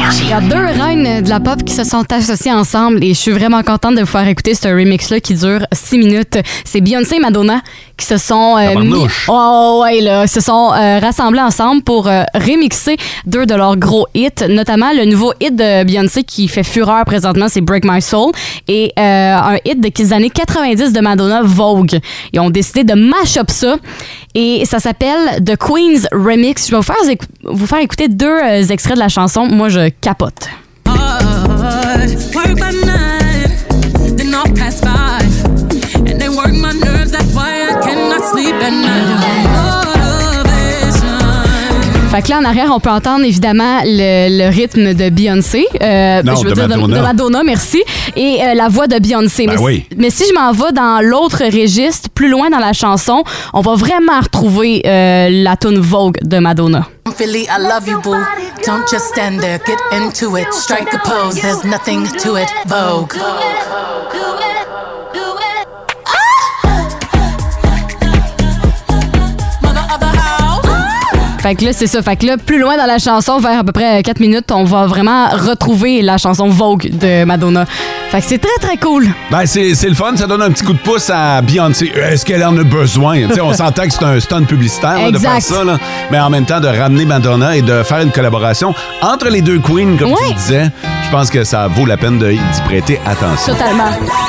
Il y a deux reines de la pop qui se sont associées ensemble et je suis vraiment contente de vous faire écouter ce remix-là qui dure six minutes. C'est Beyoncé et Madonna qui se sont euh, mis... Oh, ouais, là, se sont euh, rassemblés ensemble pour euh, remixer deux de leurs gros hits, notamment le nouveau hit de Beyoncé qui fait fureur présentement, c'est Break My Soul, et euh, un hit des années quatre-vingt-dix de Madonna, Vogue. Ils ont décidé de mash up ça et ça s'appelle The Queen's Remix. Je vais vous faire, vous faire écouter deux euh, extraits de la chanson. Moi, je capote. Fait que là, en arrière, on peut entendre évidemment le, le rythme de Beyoncé. Euh, non, je veux de dire Madonna. De, de Madonna, merci. Et euh, la voix de Beyoncé. Ben mais, oui. si, mais si je m'en vais dans l'autre registre, plus loin dans la chanson, on va vraiment retrouver euh, la tune Vogue de Madonna. Philly, I love you, boo. Don't just stand there, get into it. Strike a pose, there's nothing to it. Vogue. Fait que là, c'est ça. Fait que là, plus loin dans la chanson, vers à peu près quatre minutes, on va vraiment retrouver la chanson Vogue de Madonna. Fait que c'est très, très cool. Ben, c'est, c'est le fun. Ça donne un petit coup de pouce à Beyoncé. Est-ce qu'elle en a besoin? T'sais, on s'entend que c'est un stunt publicitaire là, de faire ça. Là. Mais en même temps, de ramener Madonna et de faire une collaboration entre les deux queens, comme ouais. tu disais, je pense que ça vaut la peine de, d'y prêter attention. Totalement.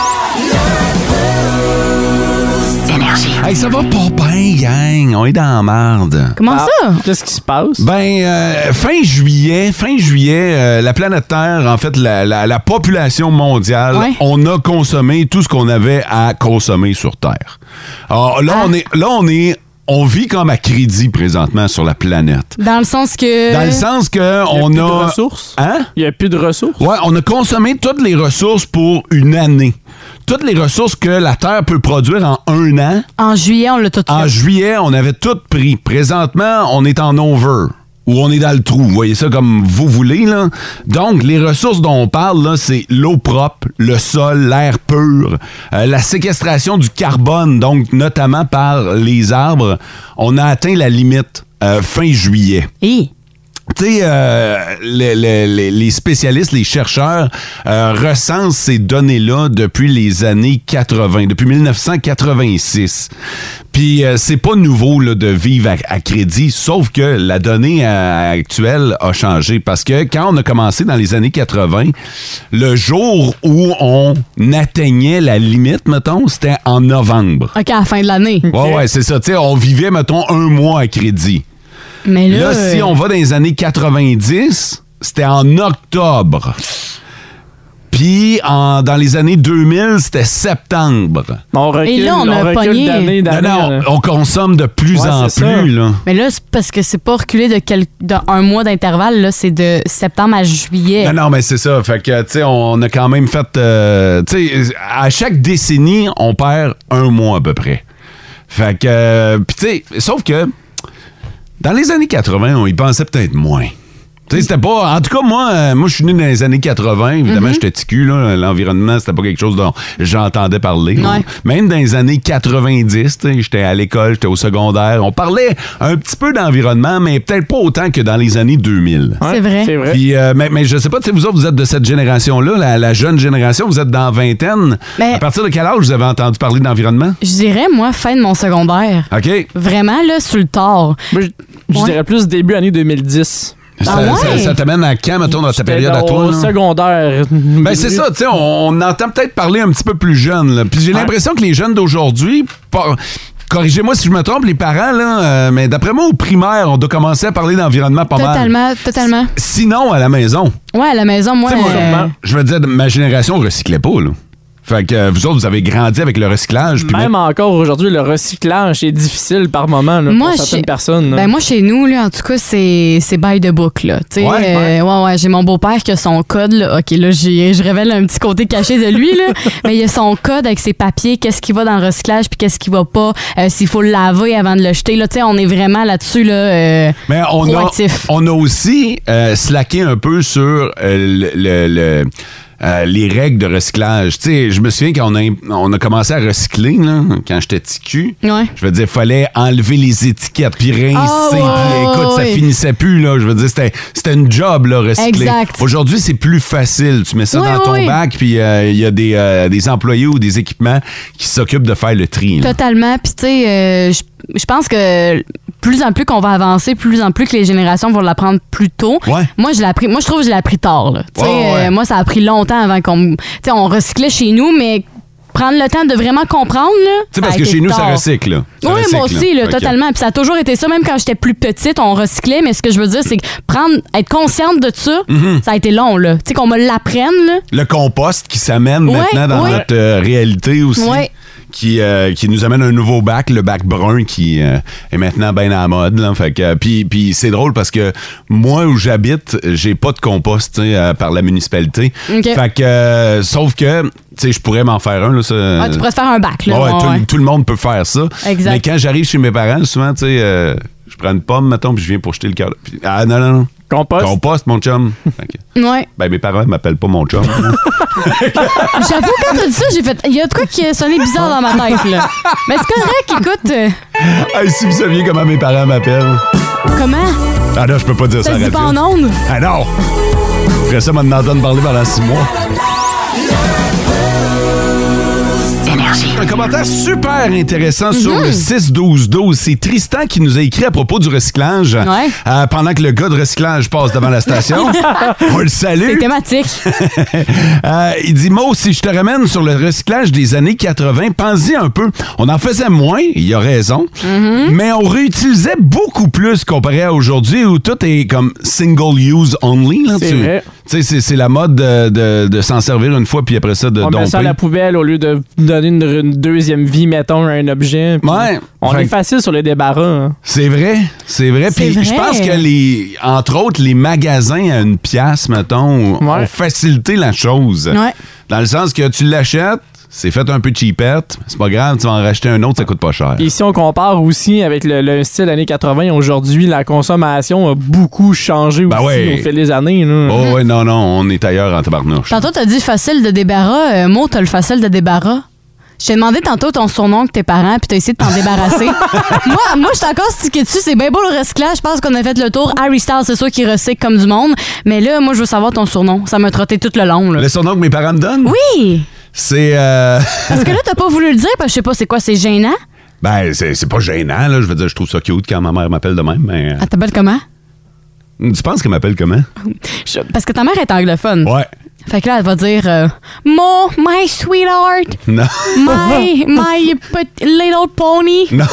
Hey, ça va pas bien, gang. On est dans la marde. Comment ah, ça? Qu'est-ce qui se passe? Ben, euh, fin juillet, fin juillet, euh, la planète Terre, en fait, la, la, la population mondiale, ouais. on a consommé tout ce qu'on avait à consommer sur Terre. Alors là, ah. on est, là, on est... On vit comme à crédit présentement sur la planète. Dans le sens que... Dans le sens que on Il y a... a... plus de ressources? Hein? Il n'y a plus de ressources? Ouais, on a consommé toutes les ressources pour une année. Toutes les ressources que la Terre peut produire en un an. En juillet, on l'a tout fait. En juillet, on avait tout pris. Présentement, on est en over. Ou on est dans le trou. Vous voyez ça comme vous voulez, là. Donc, les ressources dont on parle, là, c'est l'eau propre, le sol, l'air pur, euh, la séquestration du carbone, donc notamment par les arbres. On a atteint la limite euh, fin juillet. Et... Tu sais, euh, les, les, les spécialistes, les chercheurs euh, recensent ces données-là depuis les années quatre-vingt, depuis dix-neuf cent quatre-vingt-six. Puis euh, c'est pas nouveau là, de vivre à, à crédit, sauf que la donnée euh, actuelle a changé. Parce que quand on a commencé dans les années quatre-vingt, le jour où on atteignait la limite, mettons, c'était en novembre. OK, à la fin de l'année. Ouais, okay. ouais, c'est ça. Tu sais, on vivait, mettons, un mois à crédit. Mais là, là, si on va dans les années quatre-vingt-dix, c'était en octobre. Puis, en, dans les années deux mille, c'était septembre. On recule, et là, on, on a pogné... d'année, d'année, non, non, on consomme de plus ouais, en plus. Là. Mais là, c'est parce que c'est pas reculé de, quel... de un mois d'intervalle. Là, c'est de septembre à juillet. Non, non, mais c'est ça. Fait que, tu sais, on a quand même fait... Euh, tu sais, à chaque décennie, on perd un mois à peu près. Fait que... Euh, puis, tu sais, sauf que... Dans les années quatre-vingt, on y pensait peut-être moins. Tu sais, c'était pas... En tout cas, moi, euh, moi je suis né dans les années quatre-vingt. Évidemment, mm-hmm. j'étais ticu, là. L'environnement, c'était pas quelque chose dont j'entendais parler. Ouais. Même dans les années quatre-vingt-dix, j'étais à l'école, j'étais au secondaire. On parlait un petit peu d'environnement, mais peut-être pas autant que dans les années deux mille. Ouais, c'est vrai. C'est vrai. Puis, euh, mais, mais je sais pas, tu sais, vous autres, vous êtes de cette génération-là, la, la jeune génération, vous êtes dans la vingtaine. Mais à partir de quel âge vous avez entendu parler d'environnement? Je dirais, moi, fin de mon secondaire. OK. Vraiment, là, sur le tard. Moi, je, je ouais. dirais plus début année deux mille dix. Ça, ah ouais? ça, ça t'amène à quand, mettons, dans ta période à toi? Au secondaire. Ben, c'est ça, tu sais, on, on entend peut-être parler un petit peu plus jeune, là. Puis j'ai ouais. l'impression que les jeunes d'aujourd'hui, pas, corrigez-moi si je me trompe, les parents, là, euh, mais d'après moi, au primaire, on doit commencer à parler d'environnement pas totalement, mal. Totalement, totalement. Sinon, à la maison. Ouais, à la maison, moi... moi euh... je veux dire, ma génération ne recyclait pas, là. Fait que euh, vous autres, vous avez grandi avec le recyclage. Même moi... encore aujourd'hui, le recyclage est difficile par moment là, moi, pour certaines chez... personnes. Là. Ben moi, chez nous, là, en tout cas, c'est, c'est by the book. Là. Ouais, euh, ouais. ouais, ouais. J'ai mon beau-père qui a son code. Là. OK, là, j'ai, je révèle un petit côté caché de lui. Là. Mais il a son code avec ses papiers, qu'est-ce qui va dans le recyclage puis qu'est-ce qui va pas, euh, s'il faut le laver avant de le jeter. Là, on est vraiment là-dessus là, euh, Mais on proactif. A, on a aussi euh, slacké un peu sur euh, le... le, le euh, les règles de recyclage. Tu sais, je me souviens quand on a, on a commencé à recycler, là, quand j'étais petit cul, Ouais. je veux dire, fallait enlever les étiquettes, puis rincer, Ah, puis ouais, écoute, ça ouais. finissait plus, là. Je veux dire, c'était, c'était une job, là, recycler. Exact. Aujourd'hui, c'est plus facile. Tu mets ça Ouais, dans ton ouais. bac, puis il euh, y a des, euh, des employés ou des équipements qui s'occupent de faire le tri. là. Totalement. Puis, tu sais, euh, je je pense que plus en plus qu'on va avancer, plus en plus que les générations vont l'apprendre plus tôt. Ouais. Moi, je l'ai appris. Moi, je trouve que je l'ai appris tard. Là. Tu sais, Ouais, ouais. euh, moi, ça a pris longtemps avant qu'on. Tu sais, on recyclait chez nous, mais prendre le temps de vraiment comprendre. Là, Tu sais, ça parce a que été chez nous, ça tard. recycle. Là. Ça Oui, recycle, moi aussi, là, OK. totalement. Puis ça a toujours été ça. Même quand j'étais plus petite, on recyclait. Mais ce que je veux dire, c'est que prendre, être consciente de ça, Mm-hmm. ça a été long. Là. Tu sais, qu'on me l'apprenne. Là. Le compost qui s'amène Ouais, maintenant dans ouais. notre euh, réalité aussi. Ouais. Qui, euh, qui nous amène un nouveau bac, le bac brun, qui euh, est maintenant bien à la mode. Là. Fait que, puis, puis c'est drôle parce que moi, où j'habite, j'ai pas de compost tu sais, euh, par la municipalité. OK. Fait que, euh, sauf que, tu sais, je pourrais m'en faire un. Là, ça, Ah, tu pourrais te faire un bac. Là. ouais, Ouais, tout, ouais. tout le monde peut faire ça. Exact. Mais quand j'arrive chez mes parents, souvent, tu sais, euh, je prends une pomme, mettons, puis je viens pour jeter le cœur. Puis, ah non, non, non. Compost. Compost, mon chum. Fait que, Ouais. ben, mes parents m'appellent pas mon chum. J'avoue, quand t'as dit ça, j'ai fait. Il y a de quoi qui a sonné bizarre dans ma tête, là. Mais c'est correct, écoute. euh, Hey, si vous saviez comment mes parents m'appellent. comment? Ah non, je peux pas dire ça Ça à se la dit pas radio. en ondes? Ah non! Après ça, m'en entendre parler pendant six mois. Un commentaire super intéressant sur le six douze douze. C'est Tristan qui nous a écrit à propos du recyclage. Ouais. Euh, pendant que le gars de recyclage passe devant la station. On le salue. C'est thématique. Euh, il dit, Mo, si je te ramène sur le recyclage des années quatre-vingt, pense-y un peu. On en faisait moins, il a raison, mais on réutilisait beaucoup plus comparé à aujourd'hui où tout est comme single-use only. Là, C'est tu vrai. tu sais, c'est, c'est la mode de, de- de s'en servir une fois puis après ça de On met ça à domper. la poubelle au lieu de donner une, une deuxième vie, mettons, à un objet. Puis Ouais. On Fait est que- facile sur le débarras. Hein. C'est vrai, c'est vrai. C'est Puis vrai. je pense que les, entre autres, les magasins à une pièce, mettons, ont Ouais. facilité la chose. Ouais. Dans le sens que tu l'achètes, c'est fait un peu cheapette, c'est pas grave, tu vas en racheter un autre, ça coûte pas cher. Et si on compare aussi avec le, le style années quatre-vingt, aujourd'hui, la consommation a beaucoup changé Ben aussi ouais. au fil des années. Là. Oh ouais, non, non, on est ailleurs en tabarnouche. Tantôt, t'as dit facile de débarras. Euh, Mo, t'as le facile de débarras. Je t'ai demandé tantôt ton surnom que tes parents, puis t'as essayé de t'en débarrasser. moi, moi je suis encore stické dessus. C'est bien beau le recyclage. Je pense qu'on a fait le tour. Harry Styles, c'est sûr qu'il recycle comme du monde. Mais là, moi, je veux savoir ton surnom. Ça m'a trotté tout le long. Là. Le surnom que mes parents me donnent? Oui! C'est. Euh... Parce que là, t'as pas voulu le dire, parce que je sais pas c'est quoi, c'est gênant. ben, c'est, c'est pas gênant, là. Je veux dire, je trouve ça cute quand ma mère m'appelle de même, mais. Elle t'appelle comment? Tu penses qu'elle m'appelle comment? Je- Parce que ta mère est anglophone. Ouais. Fait que là, elle va dire euh, Mo, my sweetheart, Non. my, my pet- little pony, Non.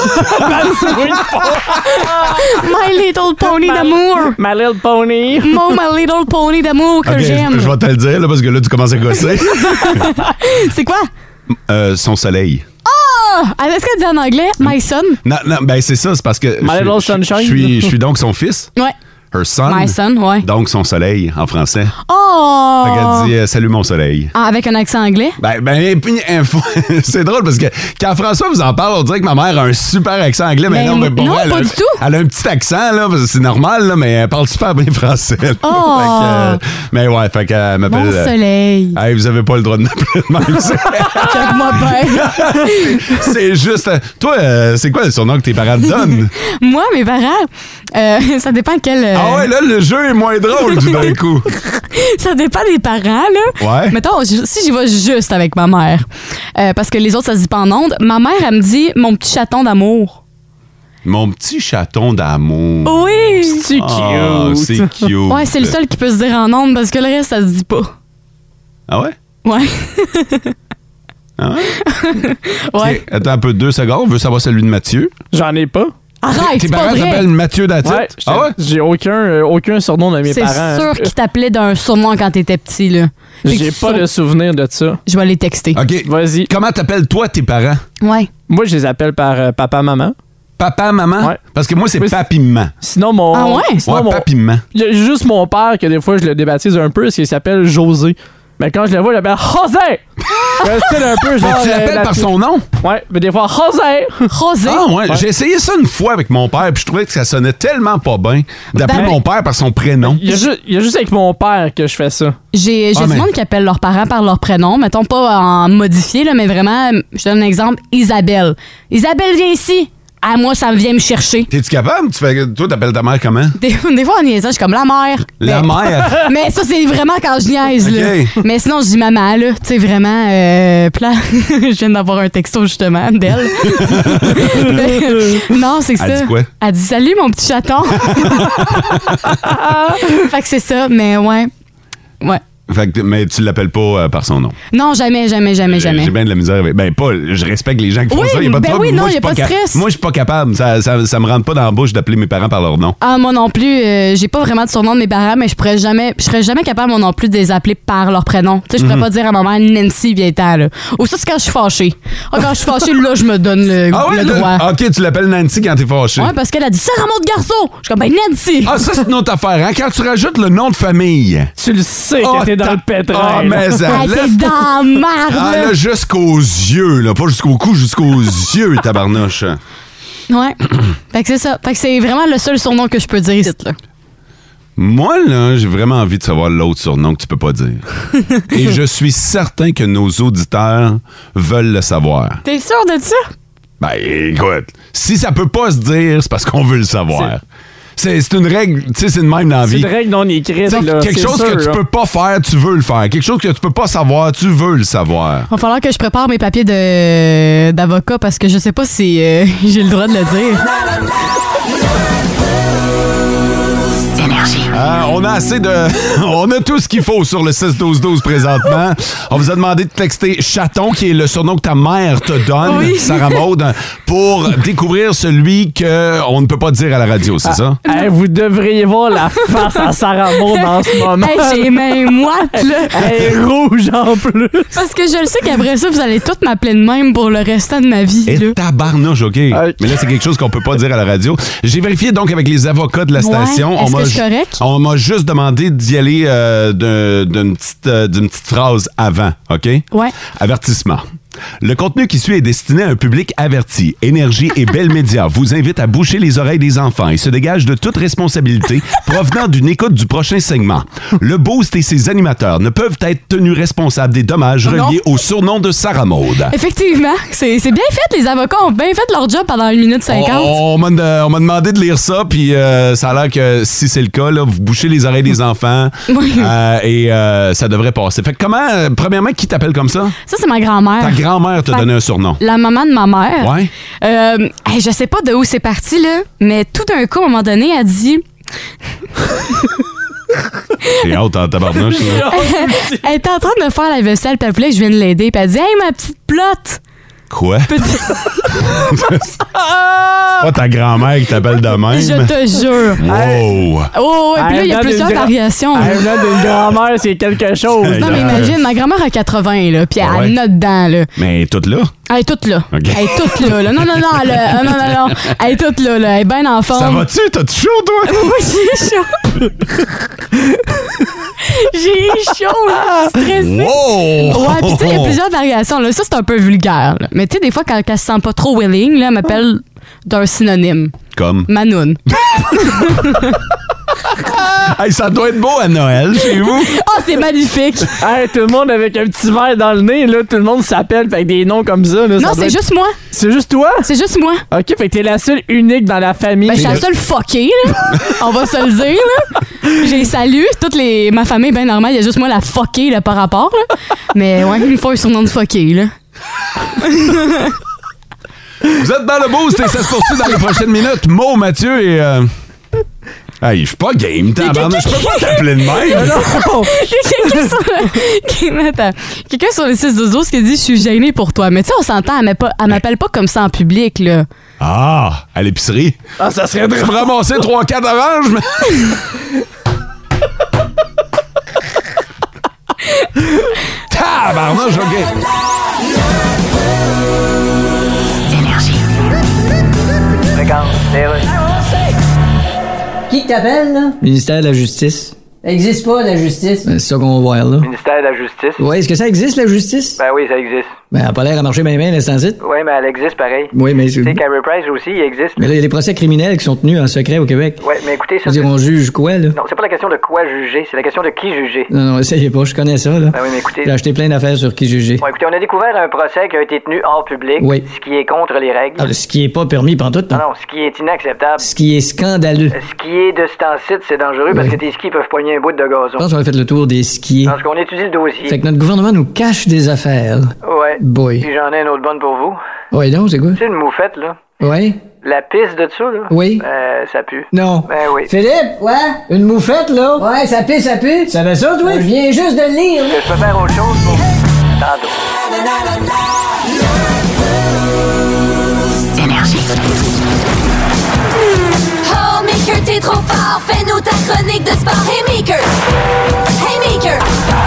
my little pony d'amour. My Little Pony. Mo, my little pony d'amour que Ok, j'aime. je vais te le dire, là, parce que là, tu commences à gosser. C'est quoi? Euh, son soleil. Ah! Est-ce qu'elle dit en anglais? My son? Non, non, ben c'est ça, c'est parce que. My je- little je- sunshine. Je suis, je suis donc son fils. Ouais. Her son. My son, ouais. Donc son soleil en français. Oh! Fait qu'elle dit euh, salut mon soleil. Ah, avec un accent anglais? Ben, ben puis, info- c'est drôle parce que quand François vous en parle, on dirait que ma mère a un super accent anglais, mais Ben, non, mais bon, non, elle, pas a, du tout. elle a un petit accent, là, parce que c'est normal, là, mais elle parle super bien français. là. Oh. Fait que, euh, mais ouais, fait qu'elle m'appelle. Mon euh, soleil. Hey, vous avez pas le droit de m'appeler de même. C'est- Check-moi bien. C'est juste. euh, Toi, euh, c'est quoi le surnom que tes parents te donnent? Moi, mes parents, euh, ça dépend quel. euh, Ah ouais, là, le jeu est moins drôle tout d'un coup. Ça dépend des parents, là. Ouais. Mettons, je- si j'y vais juste avec ma mère, euh, parce que les autres, ça se dit pas en ondes, ma mère, elle me dit mon petit chaton d'amour. Mon petit chaton d'amour. Oui! C'est Ah, cute. c'est cute. Ouais, c'est le seul qui peut se dire en ondes parce que le reste, ça se dit pas. Ah ouais? Ouais. Ah ouais? Ouais. Ok, attends un peu, deux secondes. On veut savoir celui de Mathieu. J'en ai pas. Arrête, Tes c'est pas parents vrai. s'appellent Mathieu Datit? Ouais, Ah ouais? J'ai aucun, euh, aucun surnom de mes C'est parents. sûr qu'ils t'appelaient d'un surnom quand t'étais petit, là. Fait J'ai que pas sur- le souvenir de ça. Je vais les texter. OK. Vas-y. Comment t'appelles toi tes parents? Ouais. Moi, je les appelle par euh, papa, maman. Papa, maman? Ouais. Parce que moi, c'est Oui, c'est- papi-maman. Sinon, mon. Ah ouais? Sinon, Ouais, mon- papi-maman. Il y a juste mon père que des fois, je le débaptise un peu, parce qu'il s'appelle José. Mais quand je le vois, j'appelle José! Un style un peu genre. Mais tu l'appelles euh, par son nom? Ouais, mais des fois, José! José. Ah ouais, j'ai essayé ça une fois avec mon père, puis je trouvais que ça sonnait tellement pas bien d'appeler Ben- mon père par son prénom. Il y, a ju- il y a juste avec mon père que je fais ça. J'ai j'ai Ah, du mais- monde qui appelle leurs parents par leur prénom. Mettons pas en modifié, là, mais vraiment, je donne un exemple. Isabelle. Isabelle, viens ici. Ah, moi, ça me vient me chercher. T'es-tu capable? Tu fais, toi, t'appelles ta mère comment? Des, des fois, on niaise ça, je suis comme la mère. La mais, mère. Mais ça, c'est vraiment quand je niaise, là. Ok. Mais sinon, je dis maman, là. Tu sais, vraiment, euh, plat. Je viens d'avoir un texto, justement, d'elle. Mais, non, c'est ça. Elle dit quoi? Elle dit salut, mon petit chaton. Fait que c'est ça, mais ouais. Ouais. Fait que, mais tu l'appelles pas euh, par son nom. Non, jamais, jamais, jamais, J'ai- jamais. J'ai bien de la misère avec. Ben, pas. Je respecte les gens qui font Oui, ça. Y a pas de ben trouble. oui, non, Moi, je y a suis pas de ca- stress. Moi, je suis pas capable. Ça, ça, ça me rentre pas dans la bouche d'appeler mes parents par leur nom. Ah, moi non plus, euh, j'ai pas vraiment de surnom de mes parents, mais je pourrais jamais, je serais jamais capable, moi non plus, de les appeler par leur prénom. Tu sais, je pourrais Mhm. pas dire à ma mère Nancy, viens-t'en, là. Ou ça, c'est quand je suis fâchée. Ah, quand je suis fâchée, là, je me donne le, Ah oui, le là, droit. OK, tu l'appelles Nancy quand t'es fâché. Ouais, parce qu'elle a dit Sarah Maud Garceau. Je suis comme, ben, Nancy. Ah, ça, c'est une autre affaire. Hein? Quand tu rajoutes le nom de famille. Tu le sais Ah, que t'es dans t'as- le pétrin. Ah, là. mais ça. Elle là- était dans la marde, Ah, là. là, jusqu'aux yeux, là. Pas jusqu'au cou, jusqu'aux yeux, tabarnouche. Ouais. Fait que c'est ça. Fait que c'est vraiment le seul surnom que je peux dire ici, là. Moi, là, j'ai vraiment envie de savoir l'autre surnom que tu peux pas dire. Et je suis certain que nos auditeurs veulent le savoir. T'es sûr de ça? Ben, écoute, si ça peut pas se dire, c'est parce qu'on veut le savoir. C'est c'est une règle, tu sais, c'est une même dans la C'est vie. une règle non écrite. T'sais, Là, quelque c'est chose sûr, que tu là. peux pas faire, tu veux le faire. Quelque chose que tu peux pas savoir, tu veux le savoir. Va falloir que je prépare mes papiers de d'avocat parce que je sais pas si euh, j'ai le droit de le dire. Euh, on a assez de... on a tout ce qu'il faut sur le six douze douze présentement. On vous a demandé de texter Chaton, qui est le surnom que ta mère te donne, Oui. Sarah Maud, pour découvrir celui qu'on ne peut pas dire à la radio, c'est ça? Hey, vous devriez voir la face à Sarah Maud en ce moment. Hey, j'ai les mains moites, là. Elle est rouge en plus. Parce que je le sais qu'après ça, vous allez toutes m'appeler de même pour le restant de ma vie. Et là. tabarnouche, OK. Mais là, c'est quelque chose qu'on peut pas dire à la radio. J'ai vérifié donc avec les avocats de la Ouais. station. Est-ce On que m'a je suis ju- correct? On m'a juste demandé d'y aller euh, d'un- d'une petite, euh, d'une petite phrase avant, OK? Ouais. Avertissement. Le contenu qui suit est destiné à un public averti. Énergie et Bell Média vous invite à boucher les oreilles des enfants et se dégage de toute responsabilité provenant d'une écoute du prochain segment. Le Boost et ses animateurs ne peuvent être tenus responsables des dommages Non. reliés au surnom de Sarah Maud. Effectivement, c'est c'est bien fait. Les avocats ont bien fait leur job pendant une minute cinquante. On, on m'a de- on m'a demandé de lire ça, puis euh, ça a l'air que si c'est le cas, là, vous bouchez les oreilles des enfants Oui. euh, et euh, ça devrait passer. Fait que comment, euh, premièrement, qui t'appelle comme ça? Ça, c'est ma grand-mère. Ta grand-mère t'a Fait- donné un surnom. La maman de ma mère. Ouais. Euh, hey, je sais pas de où c'est parti, là, mais tout d'un coup, à un moment donné, elle dit... T'es haute en tabarnouche, là. Elle était en train de me faire la vaisselle, puis elle voulait que je vienne l'aider, puis elle dit « Hey, ma petite plotte! Quoi? Petit- C'est pas ta grand-mère qui t'appelle de même. Je te jure! Wow! Oh, ouais, puis là, il y a Elle venait plusieurs d'une gra- variations. Elle venait d'une grand-mère, c'est quelque chose. Hey, Non, mais euh, imagine, ma grand-mère a quatre-vingts, là, puis elle Ouais. en a dedans, là. Mais toute là. Elle est toute là. Ok. Elle est toute là, là. Non, non, non, elle, a- non, non, non. Elle est toute là, là. Elle est bien en forme. Ça va-tu? T'as-tu chaud, toi? Oui, j'ai chaud. J'ai chaud, là. Stressée. Wow! Ouais, puis tu sais, il y a plusieurs variations. Là. Ça, c'est un peu vulgaire. Là. Mais tu sais, des fois, quand, quand elle se sent pas trop willing, là, elle m'appelle d'un synonyme. Comme. Manoune. Hey, ça doit être beau à Noël chez vous. Oh, c'est magnifique. Hey, tout le monde avec un petit verre dans le nez, là, tout le monde s'appelle avec des noms comme ça. Là, Non, ça doit c'est être- juste moi. C'est juste toi? C'est juste moi. Ok, fait que t'es la seule unique dans la famille. Ben, je suis la seule fuckée, là. On va se le dire, là. J'ai salué toute les... ma famille, bien normale. Il y a juste moi, la fuckée, là, par rapport, là. Mais ouais, il me faut un surnom de fuckée, là. Vous êtes dans le boost et ça se poursuit dans les prochaines minutes. Mo, Mathieu et... Euh... Hey, je suis pas game, tabarnak. Je peux pas t'appeler de même. Quelqu'un sur le... Attends. Quelqu'un sur les six douze douze qui dit « Je suis gênée pour toi ». Mais tu sais, on s'entend, elle m'appelle pas- elle m'appelle pas comme ça en public, là. Ah, à l'épicerie. Ah, ça serait Tu me ramasser trois quatre oranges, mais... Tabarnak, OK. Regarde, c'est vrai. Qui t'appelle, là? Ministère de la Justice. Ça existe pas, la justice. Ben, c'est ça qu'on va voir, là. Ministère de la Justice. Oui, est-ce que ça existe, la justice? Ben oui, ça existe. Ben, elle a pas l'air à marcher bien, bien, l'instant-ci. Oui, mais elle existe pareil. Oui, mais... Tu sais, Carey Price aussi, il existe. Mais là, il y a des procès criminels qui sont tenus en secret au Québec. Oui, mais écoutez, ça... Je veux dire, on juge quoi, là? Non, c'est pas la question de quoi juger, c'est la question de qui juger. Non, non, essayez pas, je connais ça, là. Ben oui, mais écoutez... J'ai acheté plein d'affaires sur qui juger. Bon, écoutez, on a découvert un procès qui a été tenu hors public. Oui. Ce qui est contre les règles. Ah, ce qui est pas permis pantoute, non? Non, non, ce qui est inacceptable. Ce qui est scandaleux. Ce qui est de ce temps-ci, c'est dangereux Oui. parce que tes skis peuvent poigner un bout de gazon. Je pense qu'on a fait le tour des skiers. Parce qu'on étudie le dossier. Fait que notre gouvernement nous cache des affaires. Ouais. Boy. Puis j'en ai une autre bonne pour vous. Ouais, non, c'est quoi? C'est une moufette, là. Ouais? La piste de ça, là. Oui. Euh, ça pue. Non. Ben oui. Philippe? Ouais? Une moufette, là? Ouais, ça pue, ça pue. Tu savais ça, toi? Je viens juste de le lire, là. Je peux faire autre chose pour... Tantôt. Oh, Maker, t'es trop fort. Fais-nous ta chronique de sport. Hey, Maker. Hey, Maker.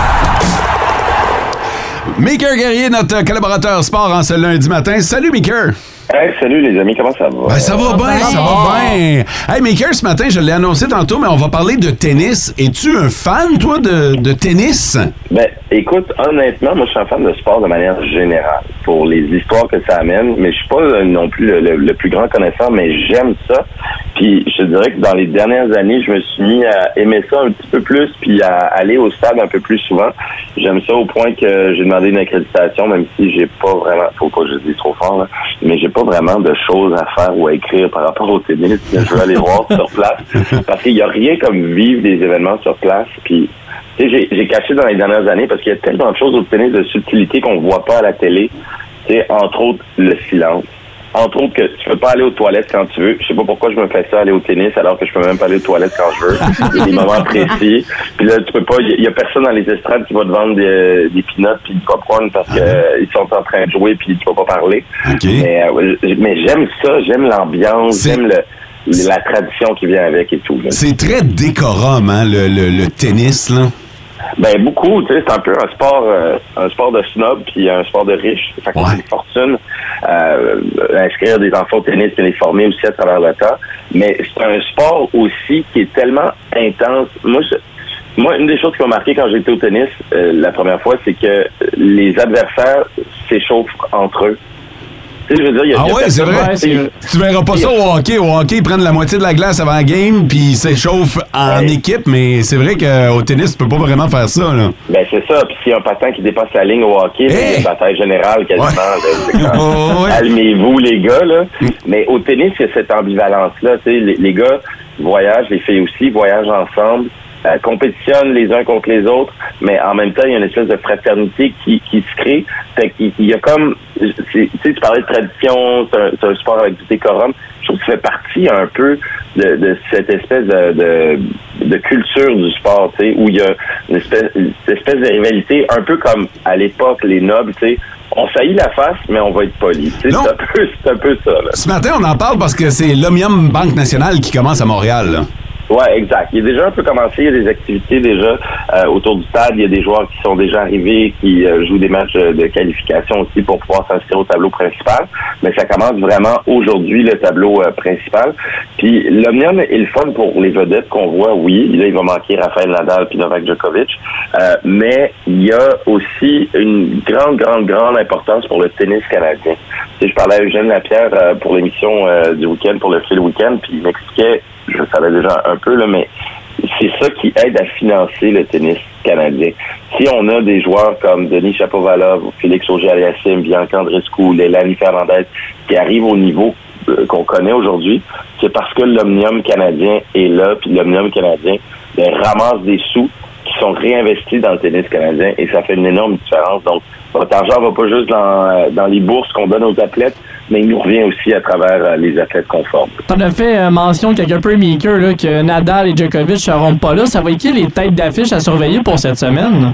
Maker Guerrier, notre collaborateur sport en ce lundi matin. Salut, Maker! Hey, salut les amis, comment ça va? Ben, ça va bien, ça va bien. Hey, Maker, ce matin, je l'ai annoncé tantôt, mais on va parler de tennis. Es-tu un fan, toi, de, de tennis? Ben, écoute, honnêtement, moi, je suis un fan de sport de manière générale, pour les histoires que ça amène, mais je suis pas euh, non plus le, le, le plus grand connaisseur, mais j'aime ça. Puis, je te dirais que dans les dernières années, je me suis mis à aimer ça un petit peu plus, puis à aller au stade un peu plus souvent. J'aime ça au point que j'ai demandé une accréditation, même si j'ai pas vraiment, faut pas que je le dise trop fort, là, mais j'ai pas vraiment de choses à faire ou à écrire par rapport au tennis. Je veux aller voir sur place, parce qu'il y a rien comme vivre des événements sur place, puis tu sais, j'ai, j'ai caché dans les dernières années parce qu'il y a tellement de choses au tennis de subtilité qu'on voit pas à la télé. Tu sais, entre autres, le silence. Entre autres, que tu peux pas aller aux toilettes quand tu veux. Je sais pas pourquoi je me fais ça, aller au tennis, alors que je peux même pas aller aux toilettes quand je veux. Il y a des moments précis. Puis là, tu peux pas, il y, y a personne dans les estrades qui va te vendre des, des peanuts puis du popcorn parce que euh, ils sont en train de jouer puis tu vas pas parler. Okay. Mais, euh, mais j'aime ça, j'aime l'ambiance, C'est... j'aime le... la tradition qui vient avec et tout. Là. C'est très décorum, hein, le, le, le tennis, là. Ben beaucoup, tu sais, c'est un peu un sport, euh, un sport de snob puis un sport de riche. Ça coûte une fortune. Euh, inscrire des enfants au tennis et les former aussi à travers le temps. Mais c'est un sport aussi qui est tellement intense. Moi, je, moi, une des choses qui m'a marqué quand j'étais au tennis euh, la première fois, c'est que les adversaires s'échauffent entre eux. Tu sais, je veux dire, il y a, ah il y a ouais, c'est vrai. Tu verras pas ça au hockey. Au hockey, ils prennent la moitié de la glace avant la game, puis ils s'échauffent en hey. équipe, mais c'est vrai qu'au tennis, tu peux pas vraiment faire ça, là. Ben, c'est ça. Puis s'il y a un patin qui dépasse la ligne au hockey, hey. c'est une bataille générale quasiment. Ouais. Là, c'est oh, ouais. Calmez-vous, les gars, là. Mais au tennis, il y a cette ambivalence-là. Tu sais, les, les gars voyagent, les filles aussi voyagent ensemble. Euh, compétitionnent les uns contre les autres, mais en même temps, il y a une espèce de fraternité qui, qui se crée. Fait qu'il il y a comme, tu sais, tu parlais de tradition, c'est un, c'est un sport avec du décorum. Je trouve que ça fait partie un peu de, de cette espèce de, de, de culture du sport, tu sais, où il y a une espèce, une espèce de rivalité, un peu comme à l'époque, les nobles, tu sais. On saillit la face, mais on va être poli. C'est un, peu, c'est un peu ça. Là. Ce matin, on en parle parce que c'est l'Omnium Banque Nationale qui commence à Montréal, là. Oui, exact. Il y a déjà un peu commencé, il y a des activités déjà euh, autour du stade. Il y a des joueurs qui sont déjà arrivés, qui euh, jouent des matchs de, de qualification aussi pour pouvoir s'inscrire au tableau principal. Mais ça commence vraiment aujourd'hui, le tableau euh, principal. Puis l'Omnium est le fun pour les vedettes qu'on voit, oui. Là, il va manquer Rafael Nadal puis Novak Djokovic. Euh, mais il y a aussi une grande, grande, grande importance pour le tennis canadien. Tu sais, je parlais à Eugène Lapierre euh, pour l'émission euh, du week-end, pour le Phil Week-end, puis il m'expliquait, je le savais déjà un peu, là, mais c'est ça qui aide à financer le tennis canadien. Si on a des joueurs comme Denis Shapovalov, Félix Auger-Aliassime, Bianca Andreescu, Leilani Fernandez, qui arrivent au niveau euh, qu'on connaît aujourd'hui, c'est parce que l'Omnium canadien est là, puis l'Omnium canadien ben, ramasse des sous qui sont réinvestis dans le tennis canadien, et ça fait une énorme différence. Donc, votre argent va pas juste dans, dans les bourses qu'on donne aux athlètes, mais il nous revient aussi à travers les athlètes conformes. T'en as fait euh, mention quelque peu, Maker, là, que Nadal et Djokovic seront pas là. Ça va être qui les têtes d'affiche à surveiller pour cette semaine?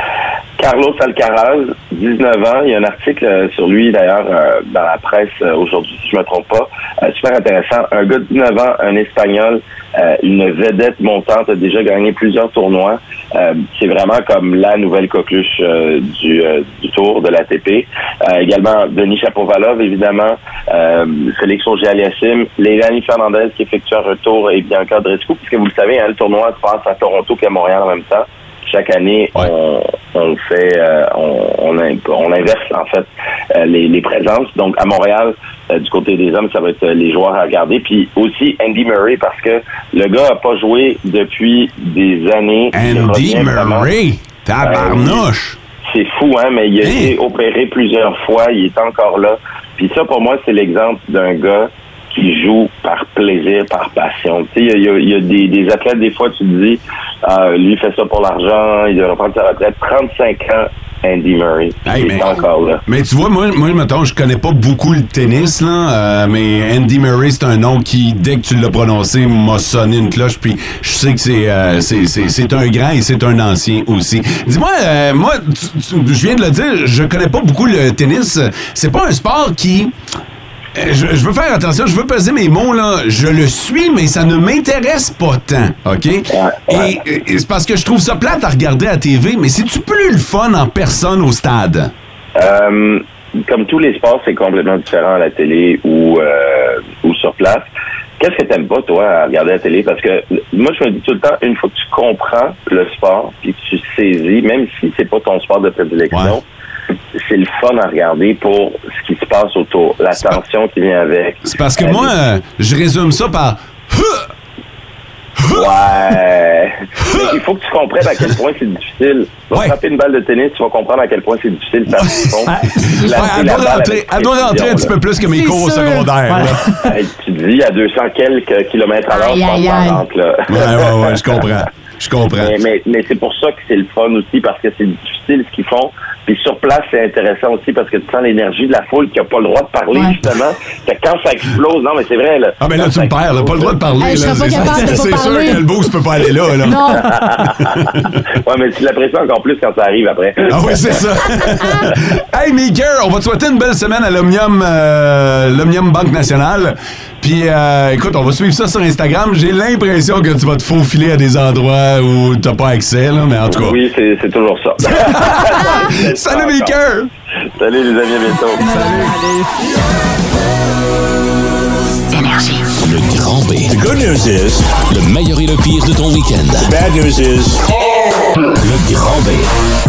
Carlos Alcaraz, dix-neuf ans. Il y a un article sur lui, d'ailleurs, euh, dans la presse euh, aujourd'hui, si je me trompe pas. Euh, super intéressant. Un gars de dix-neuf ans, un Espagnol, euh, une vedette montante, a déjà gagné plusieurs tournois. Euh, c'est vraiment comme la nouvelle coqueluche euh, du, euh, du tour de l'A T P. Euh, également, Denis Shapovalov, évidemment, euh, Félix Auger-Aliassime, Leilani Fernandez qui effectue un retour et Bianca Andreescu, puisque vous le savez, hein, le tournoi se passe à Toronto qu'à Montréal en même temps. Chaque année, ouais. on, on fait, euh, on, on, on inverse en fait euh, les, les présences. Donc à Montréal, euh, du côté des hommes, ça va être euh, les joueurs à regarder. Puis aussi Andy Murray, parce que le gars a pas joué depuis des années. Andy Murray, tabarnouche. Euh, c'est fou, hein, mais il a hey. été opéré plusieurs fois. Il est encore là. Puis ça, pour moi, c'est l'exemple d'un gars qui joue par plaisir, par passion. Tu sais, il y a, y a des, des athlètes, des fois, tu te dis, ah, lui, il fait ça pour l'argent, il devrait prendre sa retraite. trente-cinq ans, Andy Murray. Hey, il mais, est encore là. Mais tu vois, moi, moi mettons, je connais pas beaucoup le tennis, là, euh, mais Andy Murray, c'est un nom qui, dès que tu l'as prononcé, m'a sonné une cloche, puis je sais que c'est, euh, c'est, c'est, c'est un grand et c'est un ancien aussi. Dis-moi, euh, moi, tu, tu, je viens de le dire, je connais pas beaucoup le tennis. C'est pas un sport qui... Je, je veux faire attention, je veux peser mes mots, là. Je le suis, mais ça ne m'intéresse pas tant, OK? Ouais, ouais. Et, et c'est parce que je trouve ça plate à regarder à T V, mais c'est-tu plus le fun en personne au stade? Euh, comme tous les sports, c'est complètement différent à la télé ou, euh, ou sur place. Qu'est-ce que t'aimes pas, toi, à regarder à la télé? Parce que moi, je me dis tout le temps, une fois que tu comprends le sport, puis que tu saisis, même si c'est pas ton sport de prédilection, ouais. c'est le fun à regarder pour ce qui se passe autour, la c'est tension pas... qui vient avec. C'est parce que euh, moi, euh, je résume ça par... Ouais. Mais il faut que tu comprennes à quel point c'est difficile. Tu vas ouais. frapper une balle de tennis, tu vas comprendre à quel point c'est difficile de faire ce qu'ils font. Ouais, elle doit rentrer, elle doit rentrer un petit peu plus que mes cours au secondaire. Ouais. Hey, tu te dis à deux cents quelques kilomètres à l'heure, tu rentres là. Ouais, ouais, ouais, je comprends. Je comprends. Mais, mais, mais c'est pour ça que c'est le fun aussi, parce que c'est difficile ce qu'ils font. Puis sur place, c'est intéressant aussi parce que tu sens l'énergie de la foule qui n'a pas le droit de parler, ouais. justement. Que quand ça explose, non, mais c'est vrai, là. Ah, mais là, tu me perds, là, pas le droit de parler. Hey, là, c'est pas c'est, c'est sûr que le boost peut pas aller là, là. Non. Ouais, mais tu l'apprécies encore plus quand ça arrive après. Ah oui, c'est ça. Hey, Meeker, on va te souhaiter une belle semaine à l'Omnium, euh, l'Omnium Banque Nationale. Puis, euh, écoute, on va suivre ça sur Instagram. J'ai l'impression que tu vas te faufiler à des endroits où t'as pas accès, là, mais en tout cas. Oui, c'est, c'est toujours ça. Salut, Meeker! Salut, les amis, à bientôt. Salut. Énergie. Le grand B. The good news is... Le meilleur et le pire de ton week-end. The bad news is... Le grand B.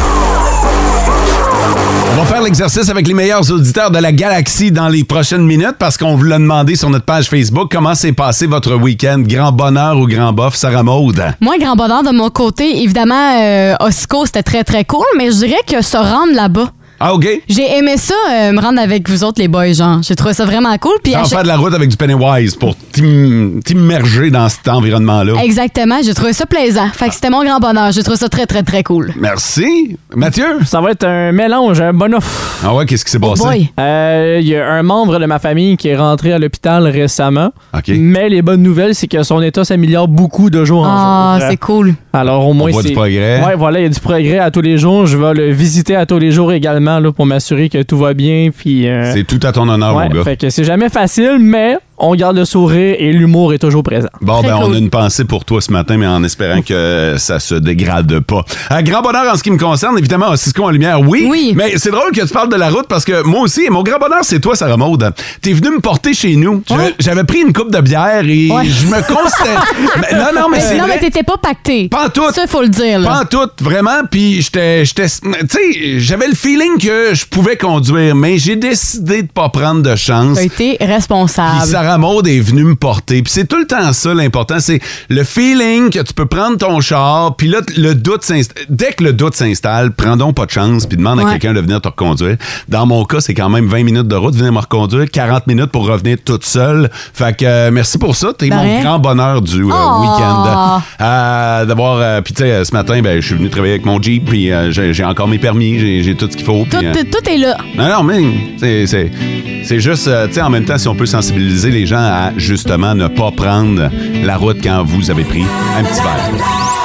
On va faire l'exercice avec les meilleurs auditeurs de la galaxie dans les prochaines minutes parce qu'on vous l'a demandé sur notre page Facebook. Comment s'est passé votre week-end? Grand bonheur ou grand bof, Sarah Maude? Moi, grand bonheur de mon côté. Évidemment, euh, Osco, c'était très, très cool, mais je dirais que se rendre là-bas. Ah, OK. J'ai aimé ça, euh, me rendre avec vous autres, les boys, genre. J'ai trouvé ça vraiment cool. Puis en chaque... faire de la route avec du Pennywise pour t'im... t'immerger dans cet environnement-là. Exactement. J'ai trouvé ça plaisant. Fait que c'était mon grand bonheur. J'ai trouvé ça très, très, très cool. Merci. Mathieu? Ça va être un mélange, un bon-off. Ah ouais, qu'est-ce qui s'est passé? Oh il euh, y a un membre de ma famille qui est rentré à l'hôpital récemment. OK. Mais les bonnes nouvelles, c'est que son état s'améliore beaucoup de jour en ah, jour. Ah, c'est cool. Alors, au moins, On voit c'est... du progrès. Ouais, voilà, il y a du progrès à tous les jours. Je vais le visiter à tous les jours également là, pour m'assurer que tout va bien. Puis, euh... c'est tout à ton honneur, ouais, mon gars. Fait que c'est jamais facile, mais on garde le sourire et l'humour est toujours présent. Bon, Très ben, cool. on a une pensée pour toi ce matin, mais en espérant que ça se dégrade pas. Un grand bonheur en ce qui me concerne, évidemment, Cisco en lumière, oui. Oui. Mais c'est drôle que tu parles de la route parce que moi aussi, mon grand bonheur, c'est toi, Sarah Maude. T'es venu me porter chez nous. J'avais, ouais. j'avais pris une coupe de bière et ouais. je me considère. mais, non, non, mais, mais c'est Non, vrai. mais t'étais pas pacté. Pas en tout. Ça, il faut le dire, là. Pas en tout, vraiment. Puis j'étais. j'étais tu sais, j'avais le feeling que je pouvais conduire, mais j'ai décidé de pas prendre de chance. T'as été responsable. Puis Sarah Maude est venue me porter. Puis c'est tout le temps ça, l'important. C'est le feeling que tu peux prendre ton char, puis là, le doute s'installe. Dès que le doute s'installe, prends donc pas de chance, puis demande ouais. à quelqu'un de venir te reconduire. Dans mon cas, c'est quand même vingt minutes de route, venir me reconduire, quarante minutes pour revenir toute seule. Fait que euh, merci pour ça. T'es ben mon rien. grand bonheur du euh, oh. week-end. Euh, d'avoir... Euh, puis tu sais, ce matin, ben, je suis venu travailler avec mon Jeep, puis euh, j'ai, j'ai encore mes permis, j'ai, j'ai tout ce qu'il faut. Tout, pis, euh, tout est là. Non, non, mais c'est... c'est C'est juste, euh, tu sais, en même temps, si on peut sensibiliser les gens à, justement, ne pas prendre la route quand vous avez pris un petit verre.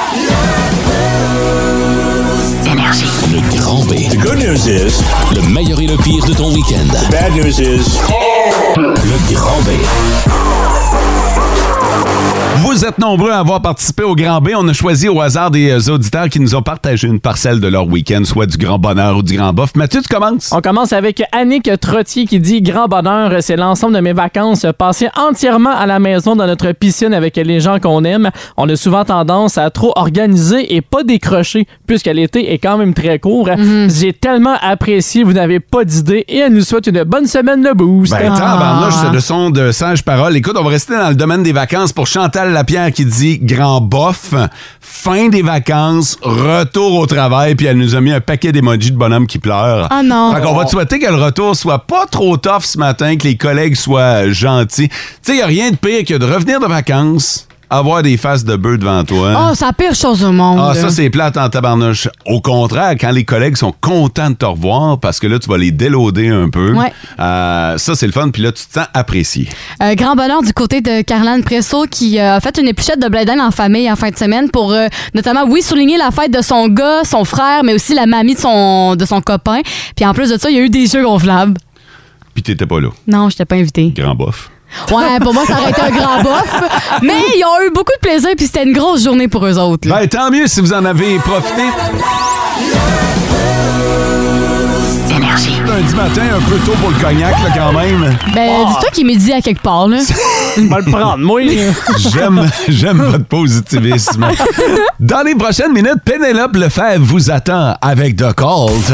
Énergie. Le grand B. The good news is... Le meilleur et le pire de ton week-end. The bad news is... Le grand B. Vous êtes nombreux à avoir participé au Grand B. On a choisi au hasard des euh, auditeurs qui nous ont partagé une parcelle de leur week-end, soit du Grand Bonheur ou du Grand Bof. Mathieu, tu commences? On commence avec Annick Trottier qui dit « Grand bonheur, c'est l'ensemble de mes vacances passées entièrement à la maison dans notre piscine avec les gens qu'on aime. On a souvent tendance à trop organiser et pas décrocher, puisque l'été est quand même très court. Mm-hmm. J'ai tellement apprécié, vous n'avez pas d'idée. Et elle nous souhaite une bonne semaine le boost. » Ben, tabarnouche, c'est de son de sages paroles. Écoute, on va rester dans le domaine des vacances pour Chantal Lapierre qui dit « Grand bof, fin des vacances, retour au travail. » Puis elle nous a mis un paquet d'emojis de bonhomme qui pleure. Ah non. Fait qu'on va te souhaiter que le retour soit pas trop tough ce matin, que les collègues soient gentils. Tu sais, il n'y a rien de pire que de revenir de vacances, avoir des faces de bœuf devant toi. Oh, c'est la pire chose au monde. Ah, ça, c'est plate en tabarnouche. Au contraire, quand les collègues sont contents de te revoir, parce que là, tu vas les déloader un peu, ouais. euh, ça, c'est le fun, puis là, tu te sens apprécié. Euh, grand bonheur du côté de Carlane Presso qui euh, a fait une épluchette de blé d'Inde en famille en fin de semaine pour, euh, notamment, oui, souligner la fête de son gars, son frère, mais aussi la mamie de son, de son copain. Puis en plus de ça, il y a eu des jeux gonflables. Puis t'étais pas là. Non, j'étais pas invitée. Grand bof. Ouais, pour moi, ça aurait été un grand bof. Mais ils ont eu beaucoup de plaisir, puis c'était une grosse journée pour eux autres. Ben, tant mieux si vous en avez profité. Énergie. Lundi matin, un peu tôt pour le cognac, là, quand même. Ben, oh. dis-toi qu'il est midi à quelque part, là. On va le prendre, moi. J'aime, j'aime votre positivisme. Dans les prochaines minutes, Pénélope Lefebvre vous attend avec The Cult.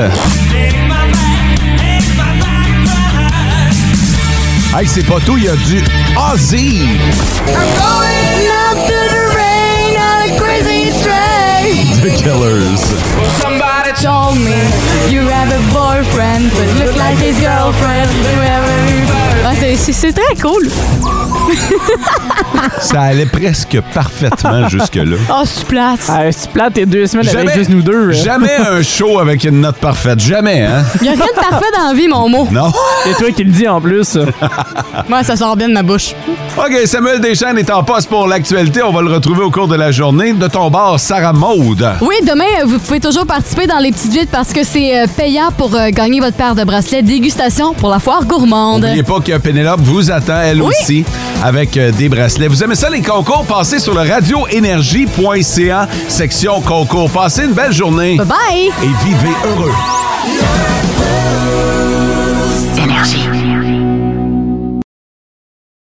Hey, c'est pas tout, il y a du Ozzy. I'm going up to the rain on a crazy train. The Killers. Somebody told me you have a boyfriend but look like his girlfriend. Ah, c'est, c'est, c'est très cool. Ça allait presque parfaitement jusque-là. Oh, c'est plate. Ah, c'est plate et deux semaines jamais, avec juste nous deux. Jamais un show avec une note parfaite. Jamais, hein? Il y a rien de parfait dans la vie, mon mot. Non. C'est toi qui le dis en plus. Moi, ça sort bien de ma bouche. OK, Samuel Deschênes est en poste pour l'actualité. On va le retrouver au cours de la journée. De ton bord, Sarah Maude. Oui, demain, vous pouvez toujours participer dans les petites vites parce que c'est payant pour euh, gagner votre paire de bracelets dégustation pour la foire gourmande. N'oubliez pas que Pénélope vous attend, elle oui. aussi, avec euh, des bracelets. Vous aimez ça, les concours? Passez sur le radio énergie point c a, section concours. Passez une belle journée. Bye bye! Et vivez heureux. Énergie.